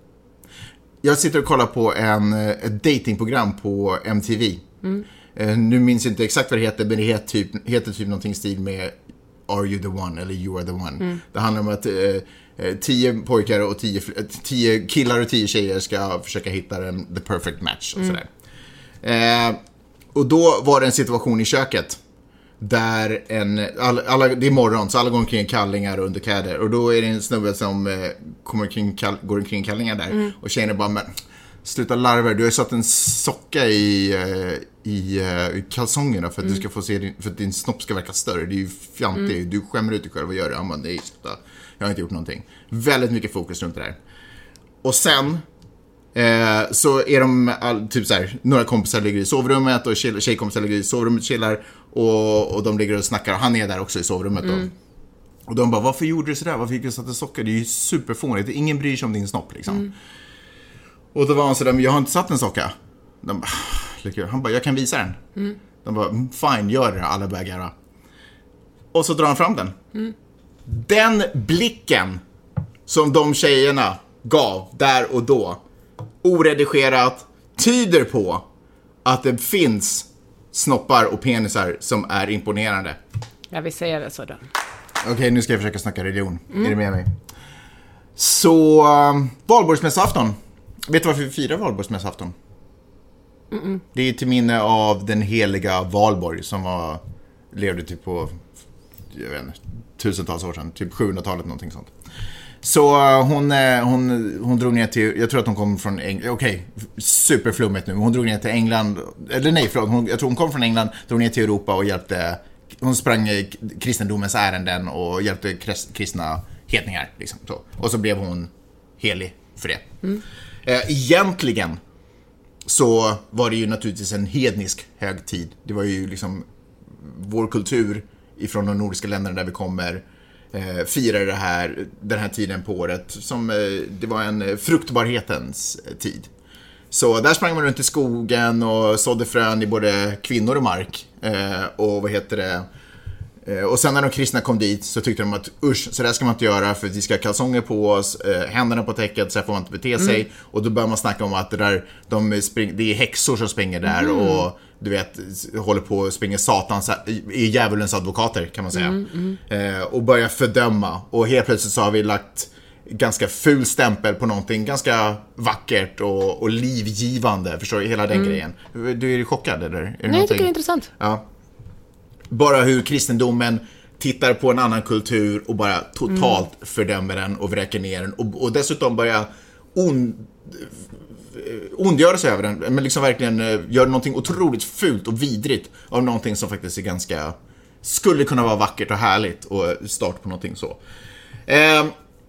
Jag sitter och kollar på en, ett datingprogram på M T V. Mm. Uh, nu minns jag inte exakt vad det heter, men det heter typ, heter typ någonting i stil med Are you the one? Eller You are the one. Mm. Det handlar om att uh, tio pojkar och tio, tio killar och tio tjejer ska försöka hitta den, the perfect match och mm. sådär. Uh, och då var det en situation i köket där en, alla, alla, det är morgon så alla går omkring kallingar och underkläder och då är det en snubbe som eh, kommer kring, kall, går omkring kallingar där mm. och tjejerna bara, men sluta larver, du har ju satt en socka i, eh, i, eh, i kalsongerna för att mm. du ska få se din, för att din snopp ska verka större, det är ju fjantigt, mm. du skämmer ut dig själv och gör det. Han bara, nej, sluta, jag har inte gjort någonting. Väldigt mycket fokus runt det där. Och sen Eh, så är de all, typ så här, några kompisar ligger i sovrummet och tjej, tjejkompisar ligger i sovrummet och chillar och, och de ligger och snackar och han är där också i sovrummet mm. då. Och de bara, varför gjorde du sådär? Varför gick du satte socker? Det är ju superfånigt, ingen bryr sig om din snopp liksom. Mm. Och då var han sådär, men jag har inte satt en socka. De bara, han bara, jag kan visa den. Mm. De bara, fine, gör det, alla börjar garva. Och så drar han fram den. Mm. Den blicken som de tjejerna gav där och då, oredigerat, tyder på att det finns snoppar och penisar som är imponerande. Ja, vi säger det så då. Okej, okay, nu ska jag försöka snacka religion. Mm. Är du med mig? Så, um, valborgsmässoafton. Vet du varför vi firar valborgsmässoafton? Mm-mm. Det är till minne av den heliga Valborg som var, levde typ på, jag vet inte, tusentals år sedan. Typ sjuhundratalet, någonting sånt. Så hon, hon, hon drog ner till, jag tror att hon kom från England, okej, okay, superflummigt nu, hon drog ner till England, eller nej, förlåt, hon, jag tror hon kom från England, drog ner till Europa och hjälpte, hon sprang kristendomens ärenden och hjälpte kristna hedningar, liksom, så. Och så blev hon helig för det. Mm. Eh, egentligen så var det ju naturligtvis en hednisk högtid, det var ju liksom vår kultur ifrån de nordiska länderna där vi kommer, Eh, firade det här, den här tiden på året som eh, det var en eh, fruktbarhetens eh, tid. Så där sprang man runt i skogen och sådde frön i både kvinnor och mark eh, och vad heter det eh, och sen när de kristna kom dit så tyckte de att usch, så där ska man inte göra för att vi ska ha kalsonger på oss, eh, händerna på täcket, så här får man inte bete sig mm. och då börjar man snacka om att det där, de spring, det är häxor som springer där mm. och du vet, håller på att springa satans i djävulens advokater kan man säga. Mm, mm. Eh, och börja fördöma. Och helt plötsligt så har vi lagt ganska ful stämpel på någonting ganska vackert och, och livgivande. Förstår du? Hela den mm. grejen. Du är chockad eller? Är det Nej, jag tycker det är intressant. Ja. Bara hur kristendomen tittar på en annan kultur och bara totalt mm. fördömer den och vräker ner den. Och, och dessutom börjar on... ondgöra sig över den, men liksom verkligen gör någonting otroligt fult och vidrigt av någonting som faktiskt är ganska, skulle kunna vara vackert och härligt och start på någonting så. Eh,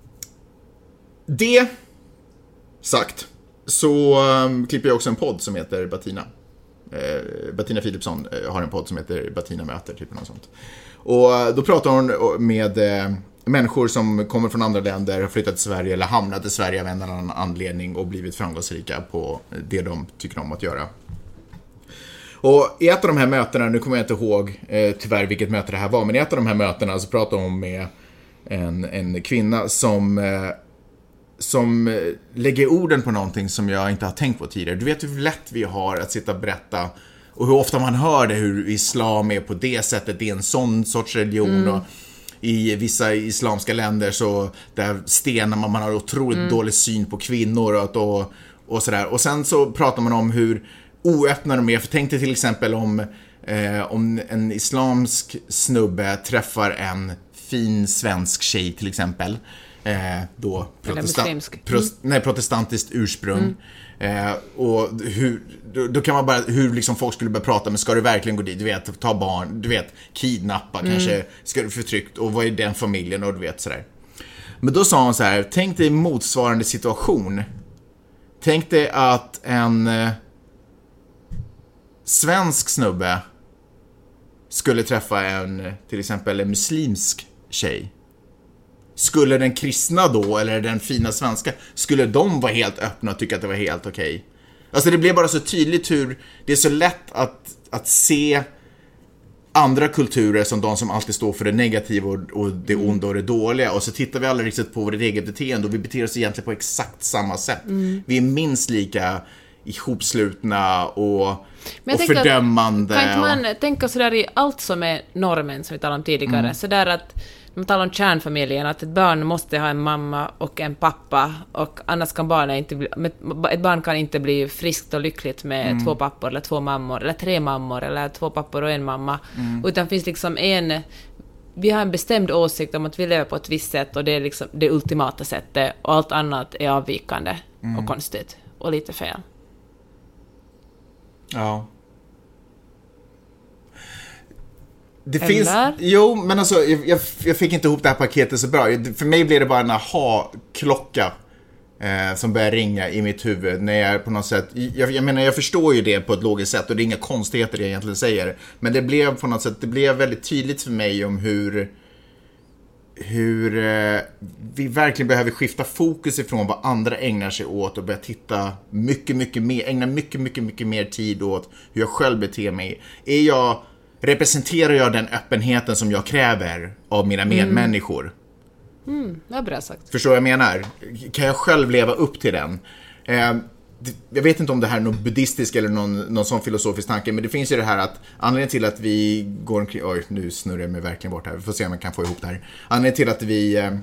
det sagt så um, klipper jag också en podd som heter Bettina. Eh, Bettina Philipsson eh, har en podd som heter Bettina möter, typ något sånt. Och då pratar hon med eh, människor som kommer från andra länder, har flyttat till Sverige eller hamnat i Sverige av en eller annan anledning och blivit framgångsrika på det de tycker om att göra. Och i ett av de här mötena, nu kommer jag inte ihåg eh, tyvärr vilket möte det här var, men i ett av de här mötena så pratade hon med en, en kvinna som, eh, som lägger orden på någonting som jag inte har tänkt på tidigare. Du vet hur lätt vi har att sitta och berätta och hur ofta man hör det, hur islam är på det sättet, det är en sån sorts religion mm. och i vissa islamska länder så där stenar man, man har otroligt mm. dålig syn på kvinnor och, och, och sådär. Och sen så pratar man om hur oöppna de är. För tänk dig till exempel om, eh, om en islamsk snubbe träffar en fin svensk tjej till exempel. Eh, då protestant, prost, nej, protestantiskt ursprung. Mm. Eh, och hur, då, då kan man bara, hur liksom folk skulle börja prata, men ska du verkligen gå dit, du vet, ta barn, du vet, kidnappa, mm. kanske ska du förtryckt, och vad är den familjen, och du vet sådär. Men då sa hon så här: tänk dig motsvarande situation. Tänk dig att en eh, svensk snubbe skulle träffa en, till exempel en muslimsk tjej. Skulle den kristna då, eller den fina svenska, skulle de vara helt öppna och tycka att det var helt okej? Okay? Alltså det blev bara så tydligt hur det är så lätt att, att se andra kulturer som de som alltid står för det negativa och, och det onda och det dåliga. Och så tittar vi aldrig riktigt på vårt eget beteende och vi beter oss egentligen på exakt samma sätt. Mm. Vi är minst lika ihopslutna och, och fördömande. Kan inte man och... tänka sådär i allt som är normen som vi talade om tidigare? Mm. Sådär att man talar om kärnfamiljen, att ett barn måste ha en mamma och en pappa, och annars kan barnet inte bli, ett barn kan inte bli friskt och lyckligt med mm. två pappor eller två mammor eller tre mammor eller två pappor och en mamma, mm. utan finns liksom en, vi har en bestämd åsikt om att vi lever på ett visst sätt och det är liksom det ultimata sättet, och allt annat är avvikande mm. och konstigt och lite fel. Ja. Det Eller? finns, jo, men alltså jag, jag, jag fick inte ihop det här paketet så bra. För mig blev det bara en aha-klocka eh, som börjar ringa i mitt huvud när jag på något sätt, jag, jag menar jag förstår ju det på ett logiskt sätt och det är inga konstigheter jag egentligen säger, men det blev på något sätt, det blev väldigt tydligt för mig om hur hur eh, vi verkligen behöver skifta fokus ifrån vad andra ägnar sig åt och börja titta mycket, mycket mer, ägna mycket, mycket, mycket mer tid åt hur jag själv beter mig. Är jag Representerar jag den öppenheten som jag kräver av mina medmänniskor? Mm, mm det är bra sagt. Förstår vad jag menar? Kan jag själv leva upp till den? Eh, jag vet inte om det här är någon buddhistisk eller någon, någon sån filosofisk tanke, men det finns ju det här att anledningen till att vi går omkring... Oj, nu snurrar jag mig verkligen bort här. Vi får se om man kan få ihop det här. Anledningen till att vi eh,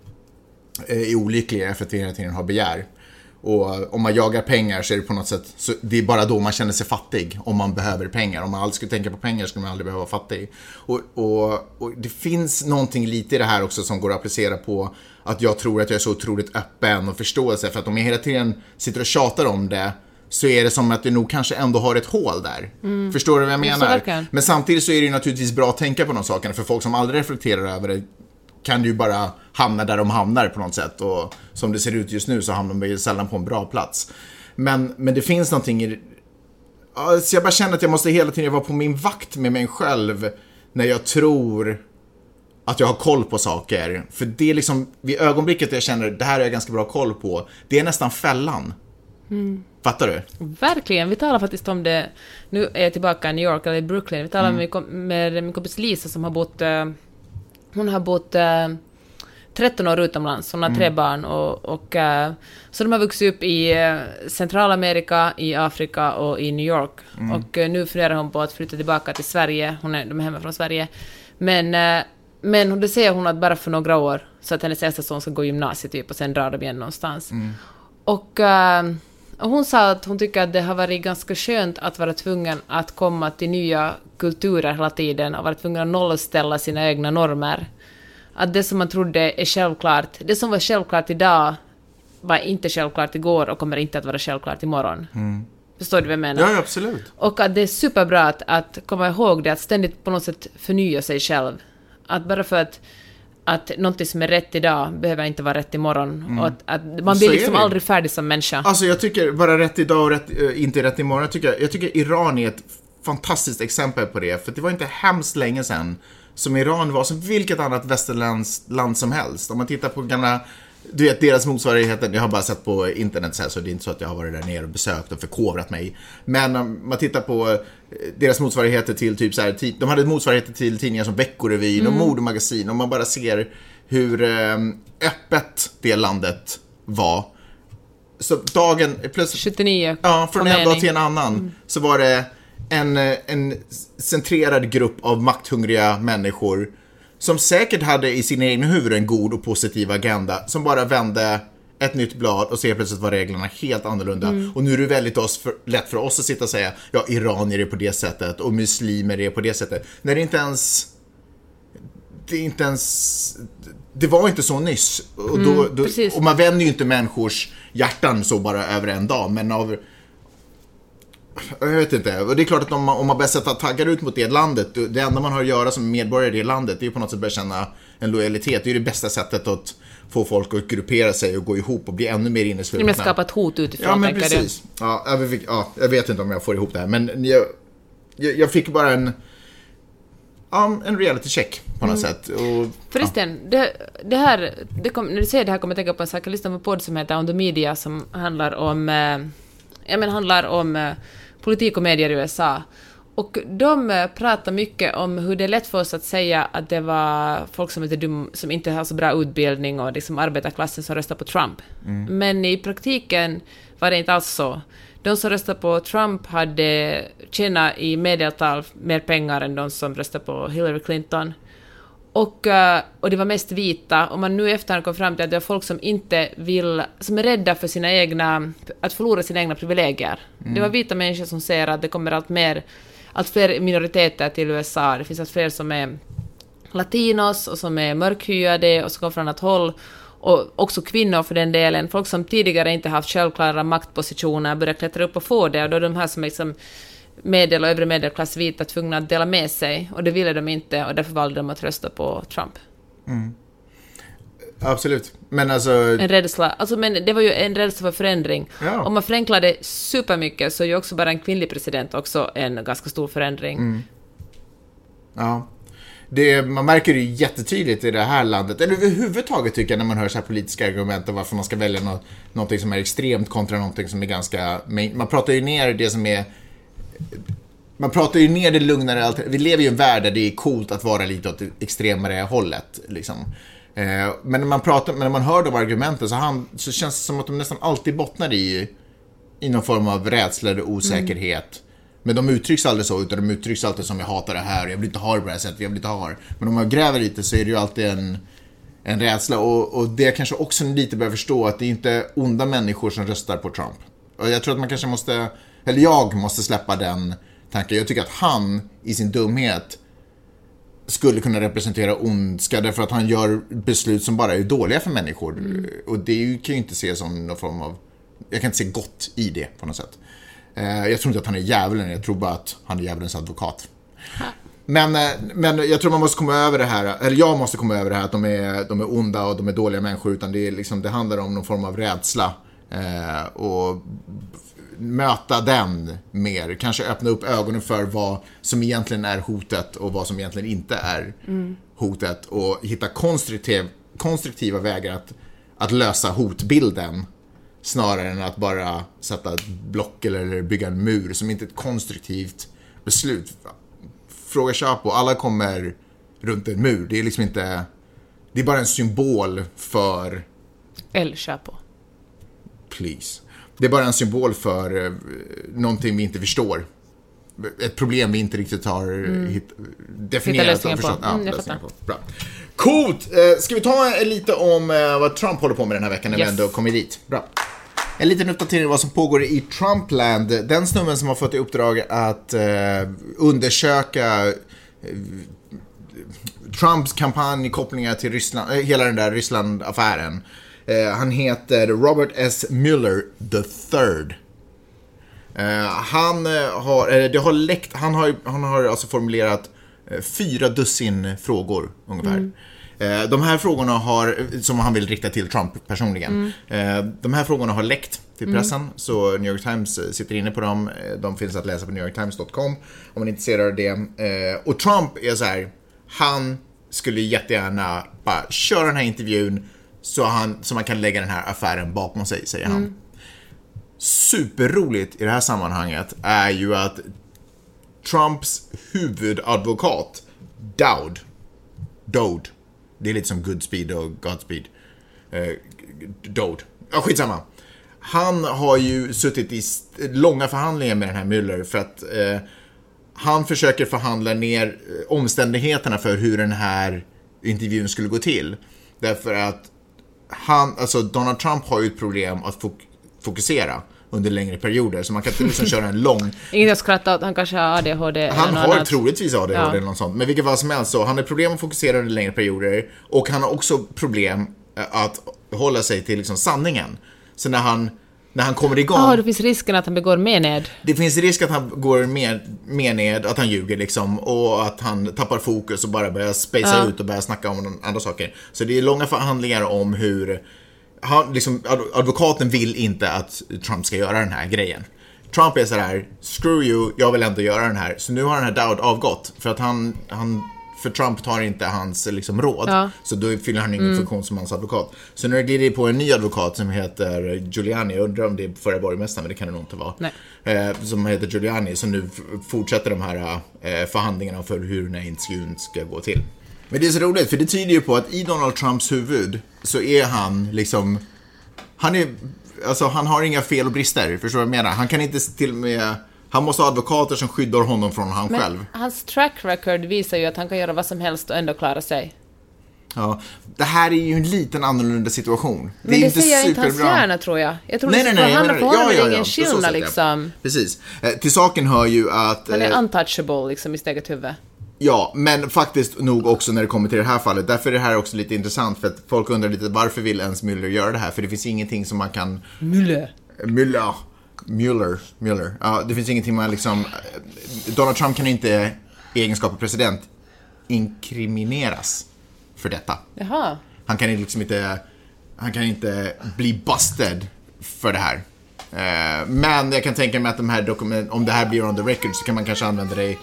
är olyckliga är för att vi hela tiden har begär. Och om man jagar pengar så är det på något sätt, så det är bara då man känner sig fattig, om man behöver pengar. Om man aldrig skulle tänka på pengar skulle man aldrig behöva vara fattig. Och, och, och det finns någonting lite i det här också som går att applicera på att jag tror att jag är så otroligt öppen och förståelse. För att om jag hela tiden sitter och tjatar om det, så är det som att du nog kanske ändå har ett hål där. Mm. Förstår du vad jag menar? Men samtidigt så är det ju naturligtvis bra att tänka på de sakerna. För folk som aldrig reflekterar över det kan ju bara hamna där de hamnar på något sätt. Och som det ser ut just nu så hamnar de ju sällan på en bra plats. Men, men det finns någonting i... Så jag bara känner att jag måste hela tiden vara på min vakt med mig själv när jag tror att jag har koll på saker. För det är liksom, vid ögonblicket jag känner det här har jag ganska bra koll på, det är nästan fällan. Mm. Fattar du? Verkligen, vi talar faktiskt om det. Nu är jag tillbaka i New York eller i Brooklyn. Vi talar mm. med, med min kompis Lisa som har bott... Hon har bott eh, tretton år utomlands. Hon har mm. tre barn. Och, och, eh, så de har vuxit upp i eh, Centralamerika, i Afrika och i New York. Mm. Och eh, nu funderar hon på att flytta tillbaka till Sverige. Hon är, de är hemma från Sverige. Men, eh, men det säger hon att bara för några år. Så att hennes äldsta son ska gå gymnasiet typ, och sen drar de igen någonstans. Mm. Och, eh, och hon sa att hon tycker att det har varit ganska skönt att vara tvungen att komma till nya kulturer hela tiden och vara tvungen att nollställa sina egna normer. Att det som man trodde är självklart, det som var självklart idag var inte självklart igår och kommer inte att vara självklart imorgon. Mm. Förstår du vad jag menar? Ja, absolut. Och att det är superbra att, att komma ihåg det, att ständigt på något sätt förnya sig själv. Att bara för att att något som är rätt idag behöver inte vara rätt imorgon. Mm. Och att, att man blir liksom aldrig färdig som människa. Alltså jag tycker bara rätt idag och rätt, äh, inte rätt imorgon. Jag tycker, jag tycker Iran är ett fantastiskt exempel på det. För det var inte hemskt länge sedan som Iran var, som vilket annat västerlands land som helst. Om man tittar på gamla, du vet, deras motsvarigheter, jag har bara sett på internet så, här, så det är inte så att jag har varit där nere och besökt och förkovrat mig. Men om man tittar på deras motsvarigheter till typ så här, de hade motsvarigheter till tidningar som Veckorevyn mm. och modemagasin, och man bara ser hur eh, öppet det landet var. Så dagen plötsligt sjuttionio ja, från en dag till en annan mm. så var det en, en centrerad grupp av makthungriga människor som säkert hade i sina egna huvud en god och positiv agenda, som bara vände ett nytt blad och ser plötsligt var reglerna helt annorlunda. Mm. Och nu är det väldigt oss för, lätt för oss att sitta och säga ja, iranier är på det sättet och muslimer är på det sättet. När det inte ens det är inte ens det var inte så nyss. Och, då, mm, då, och man vänder ju inte människors hjärtan så bara över en dag, men av jag vet inte. Och det är klart att om man, om man börjar sätta taggar ut mot det landet, det enda man har att göra som medborgare i det landet, det är ju på något sätt börja känna en lojalitet. Det är ju det bästa sättet att få folk att gruppera sig och gå ihop och bli ännu mer inneslutna. Men skapa ett hot utifrån, ja, men precis. Ja, jag, fick, ja, jag vet inte om jag får ihop det här, men jag, jag, jag fick bara en ja, en reality check på något mm. sätt. Och, förresten, ja. det, det här, det kom, när du säger det här kommer jag tänka på en sak. Jag lyssnade på en podd som heter On the Media som handlar om, eh, jag men, handlar om eh, politik och medier i U S A. Och de eh, pratar mycket om hur det är lätt för oss att säga att det var folk som inte, dum, som inte har så bra utbildning och liksom arbetarklassen som röstar på Trump. Mm. Men i praktiken var det inte alls så. De som röstade på Trump hade tjänat i medeltal mer pengar än de som röstade på Hillary Clinton. Och, och det var mest vita. Och man nu efter kom fram till att det är folk som inte vill, som är rädda för sina egna, att förlora sina egna privilegier. Mm. Det var vita människor som säger att det kommer allt mer, allt fler minoriteter till U S A. Det finns allt fler som är latinos och som är mörkhyade och som kommer från ett håll. Och också kvinnor för den delen. Folk som tidigare inte haft självklara maktpositioner börjar klättra upp och få det. Och då är de här som är liksom medel- och övre medelklass vita tvungna att dela med sig. Och det ville de inte. Och därför valde de att rösta på Trump. Mm. Absolut. Men alltså... En rädsla. Alltså, men det var ju en rädsla för förändring. Ja. Om man förenklar det supermycket så är ju också bara en kvinnlig president också en ganska stor förändring. Mm. Ja. Det, man märker det jättetydligt i det här landet, eller överhuvudtaget tycker jag när man hör så här politiska argument om varför man ska välja något, någonting som är extremt kontra någonting som är ganska, man pratar ju ner det som är, man pratar ju ner det lugnare, vi lever ju i en värld där det är coolt att vara lite åt extremare hållet liksom. Men när man pratar, men när man hör de argumenten så, han, så känns det som att de nästan alltid bottnar i, i någon form av rädsla eller osäkerhet. Mm. Men de uttrycks aldrig så, utan de uttrycks alltid som jag hatar det här, jag vill inte ha det på det här sättet, jag vill inte ha det. Men om man gräver lite så är det ju alltid en, en rädsla. Och, och det jag kanske också lite börjar förstå att det är inte onda människor som röstar på Trump. Och jag tror att man kanske måste, eller jag måste släppa den tanken. Jag tycker att han i sin dumhet skulle kunna representera ondska därför att han gör beslut som bara är dåliga för människor. Mm. Och det kan ju inte se som någon form av, jag kan inte se gott i det på något sätt. Jag tror inte att han är djävulen, jag tror bara att han är djävulens advokat. Men, men jag tror man måste komma över det här, eller jag måste komma över det här att de är, de är onda och de är dåliga människor, utan det, är liksom, det handlar om någon form av rädsla eh, och möta den mer, kanske öppna upp ögonen för vad som egentligen är hotet och vad som egentligen inte är mm. hotet, och hitta konstruktiv, konstruktiva vägar att, att lösa hotbilden snarare än att bara sätta ett block eller bygga en mur som inte är ett konstruktivt beslut. Fråga Chapo, alla kommer runt en mur. Det är liksom inte, det är bara en symbol för El Chapo. Please. Det är bara en symbol för eh, någonting vi inte förstår. Ett problem vi inte riktigt har mm. hit, definierat och förstått. Ja, mm, på. Bra. Coolt! Eh, ska vi ta lite om eh, vad Trump håller på med den här veckan när yes. vi ändå kommer dit? Bra. En liten uppdatering om vad som pågår i Trumpland. Den snubben som har fått i uppdrag att eh, undersöka eh, Trumps kampanjkopplingar till Ryssland, eh, hela den där Ryssland-affären. Eh, han heter Robert S. Mueller the third. Eh, han har, eh, det har läckt, han har, han har alltså formulerat eh, fyra dussin frågor ungefär. Mm. De här frågorna har, som han vill rikta till Trump personligen, mm. de här frågorna har läckt till pressen, mm. så New York Times sitter inne på dem. De finns att läsa på new york times dot com om man är intresserad av det. Och Trump är så här, han skulle jättegärna bara köra den här intervjun så, han, så man kan lägga den här affären bakom sig, säger han. Mm. Superroligt i det här sammanhanget är ju att Trumps huvudadvokat Dowd Dowd, det är lite som Goodspeed och Godspeed, eh, Dowd, ja skitsamma. Han har ju suttit i långa förhandlingar med den här Mueller för att eh, han försöker förhandla ner omständigheterna för hur den här intervjun skulle gå till. Därför att han, alltså Donald Trump har ju ett problem att fok- fokusera under längre perioder, så man kan inte liksom köra en lång... Ingen har skrattat, han kanske har A D H D. Han har annat. Troligtvis A D H D ja. eller något sånt. Men vilket fall som helst så, han har problem att fokusera under längre perioder, och han har också problem att hålla sig till liksom sanningen. Så när han, när han kommer igång... Ja, oh, det finns risken att han begår mened. Det finns risk att han går med, mened, att han ljuger liksom, och att han tappar fokus och bara börjar spacea ja. ut och börjar snacka om andra saker. Så det är långa förhandlingar om hur... Han, liksom, advokaten vill inte att Trump ska göra den här grejen. Trump är så här: screw you, jag vill ändå göra den här. Så nu har den här Dowd avgått, för att han, han för Trump tar inte hans liksom, råd. Ja. Så då fyller han ingen mm. funktion som hans advokat. Så nu glider det på en ny advokat som heter Giuliani. Jag undrar om det är förra borgmästaren, men det kan det nog inte vara. Nej. Eh, som heter Giuliani, som nu fortsätter de här eh, förhandlingarna för hur den här intervjun ska gå till. Men det är så roligt, för det tyder ju på att i Donald Trumps huvud så är han liksom, han är, alltså han har inga fel och brister, förstår du vad jag menar? Han kan inte till och med, han måste ha advokater som skyddar honom från han Men själv. Hans track record visar ju att han kan göra vad som helst och ändå klara sig. Ja, det här är ju en liten annorlunda situation. Det Men det, det säger inte hans hjärna, tror jag. Jag tror nej, det nej, nej, han nej, får ja, honom ja, ingen ja, skillnad liksom. Precis. Eh, till saken hör ju att... Han är eh, untouchable liksom i sitt eget huvud. Ja, men faktiskt nog också när det kommer till det här fallet. Därför är det här också lite intressant, för att folk undrar lite varför vill ens Mueller göra det här? För det finns ingenting som man kan... Mueller. Mueller. Mueller. Mueller. Ja, det finns ingenting man liksom... Donald Trump kan inte i egenskap av president inkrimineras för detta. Jaha. Han kan liksom inte... Han kan inte bli busted för det här. Men jag kan tänka mig att de här dokument, om det här blir on the record, så kan man kanske använda det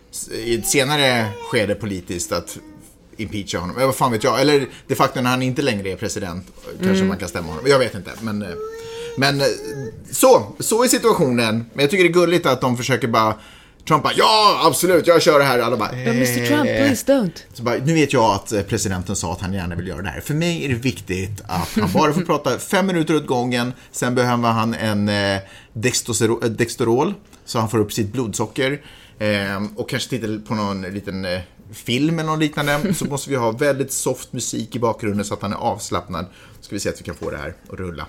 i ett senare skede politiskt att impeacha honom. Vad fan vet jag? Eller det faktum när han inte längre är president, kanske mm. man kan stämma honom. Jag vet inte. Men, men så, så är situationen. Men jag tycker det är gulligt att de försöker bara Trump bara, ja absolut, jag kör det här. Alla bara, eh. mister Trump, please don't. Så bara, nu vet jag att presidenten sa att han gärna vill göra det här. För mig är det viktigt att han bara får prata fem minuter åt gången. Sen behöver han en eh, dextrosero- dextrol, så han får upp sitt blodsocker. Eh, och kanske titta på någon liten eh, film eller någon liknande. Så måste vi ha väldigt soft musik i bakgrunden så att han är avslappnad. Så ska vi se att vi kan få det här att rulla.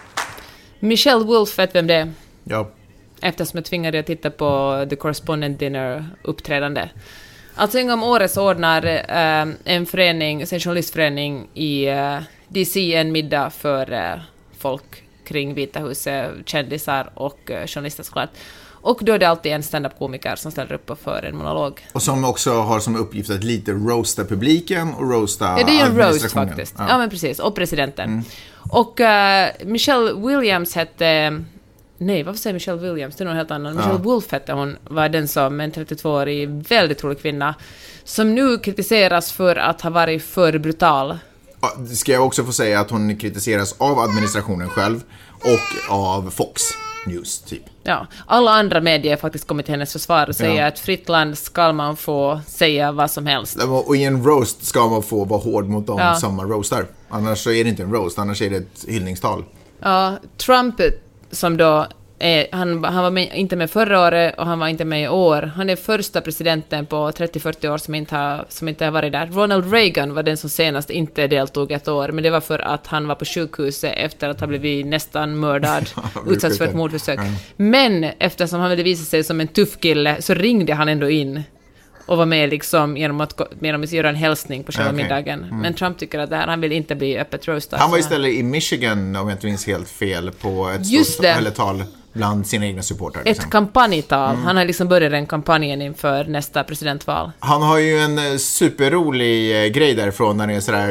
Michelle Wolf, vet vem det är? Ja. Eftersom jag tvingade att titta på The Correspondent Dinner uppträdande. Alltså en gång om året så ordnar eh, en förening, en journalistförening i eh, D C en middag för eh, folk kring Vita huset, kändisar och eh, journalister såklart. Och då är det alltid en stand-up-komiker som ställer upp för en monolog. Och som också har som uppgift att lite roasta publiken och roasta ja, det är en roast faktiskt. Ja. ja, men precis. Och presidenten. Mm. Och uh, Michelle Williams hette... Nej, varför säger Michelle Williams? Det är någon helt annan. Michelle ja. Wolf hette hon, var den som en trettiotvåårig, väldigt rolig kvinna, som nu kritiseras för att ha varit för brutal. Ja, ska jag också få säga att hon kritiseras av administrationen själv och av Fox News, typ. Ja, alla andra medier har faktiskt kommit till hennes försvar och säger ja. att fritt land ska man få säga vad som helst. Och i en roast ska man få vara hård mot dem ja. som man roastar. Annars så är det inte en roast, annars är det ett hyllningstal. Ja, Trump som då är, han, han var med, inte med förra året och han var inte med i år. Han är första presidenten på trettio till fyrtio år som inte, har, som inte har varit där. Ronald Reagan var den som senast inte deltog ett år, men det var för att han var på sjukhuset efter att ha blivit nästan mördad, utsatts för ett mordförsök. Mm. Men eftersom han ville visa sig som en tuff kille så ringde han ändå in och var med liksom genom att, genom att göra en hälsning på själva okay. middagen. Mm. Men Trump tycker att det här, han vill inte bli öppet roastad. Han var istället i Michigan, om jag inte minns helt fel, på ett stort tal bland sina egna supportrar. Liksom. Ett kampanjtal. Mm. Han har liksom börjat en kampanjen inför nästa presidentval. Han har ju en superrolig grej därifrån när det är sådär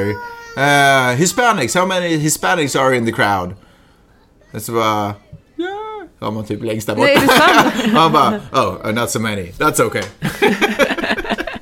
uh, Hispanics, how many Hispanics are in the crowd? Så bara yeah. Ja, man typ längst där borta. Nej, det är sant. Han bara, oh, not so many. That's okay.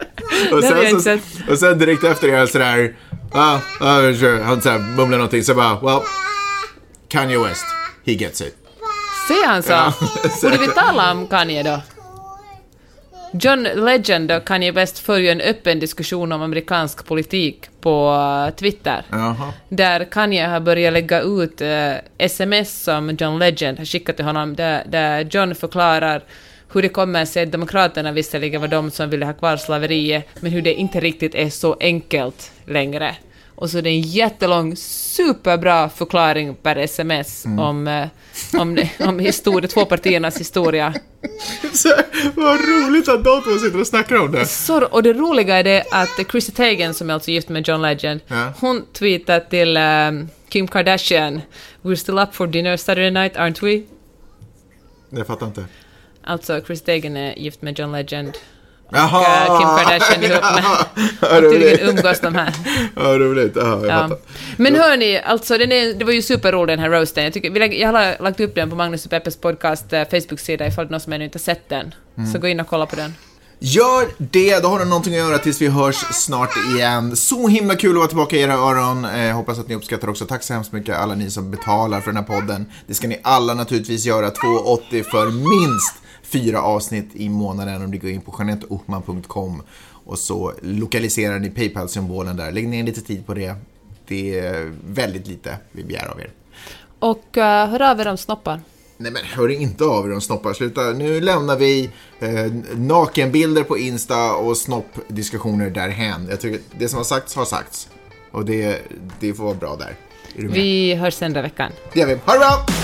och, Det hade jag sen, inte så, och sen direkt efter det är jag sådär, ah, ah, sure. Han såhär mumlar någonting, så bara, well, Kanye West, he gets it. Se han så. Ja. Borde vi tala om Kanye då? John Legend och Kanye West för ju en öppen diskussion om amerikansk politik på Twitter. Jaha. Där Kanye har börjat lägga ut eh, sms som John Legend har skickat till honom, där, där John förklarar hur det kommer sig att demokraterna visserligen var de som ville ha kvar slaveriet, men hur det inte riktigt är så enkelt längre. Och så är det en jättelång, superbra förklaring per sms mm. om, eh, om, om historia, två partiernas historia. Så, vad roligt att de två sitter och snackar om det. Så, och det roliga är det att Chrissy Teigen, som är alltså gift med John Legend, ja. hon tweetar till um, Kim Kardashian, "We're still up for dinner Saturday night, aren't we?" Jag fattar inte. Alltså, Chrissy Teigen är gift med John Legend. Jaha! Och uh, Kim Kardashian ihop med. Och tydligen umgås de här. Ja, roligt. Aha, jag ja. Men hörni, alltså, den är, det var ju superrolig den här roasten. Jag, tycker, vi lägger, jag har lagt upp den på Magnus och Peppes podcast uh, Facebook-sida ifall det är någon som ännu inte har sett den. Mm. Så gå in och kolla på den. Gör det, då har du någonting att göra tills vi hörs snart igen. Så himla kul att vara tillbaka i era öron. eh, Hoppas att ni uppskattar också. Tack så hemskt mycket alla ni som betalar för den här podden. Det ska ni alla naturligtvis göra. två åttio för minst fyra avsnitt i månaden om ni går in på jeanette ohman punkt com och så lokaliserar ni PayPal-symbolen där. Lägg ner lite tid på det. Det är väldigt lite vi begär av er. Och uh, hör av er om snoppar. Nej, men hör inte av er om snoppar. Sluta. Nu lämnar vi eh, nakenbilder på Insta och snoppdiskussioner därhän. Jag tycker det som har sagts har sagts. Och det, det får vara bra där. Vi hörs sen den veckan. Det gör vi. Ha det bra!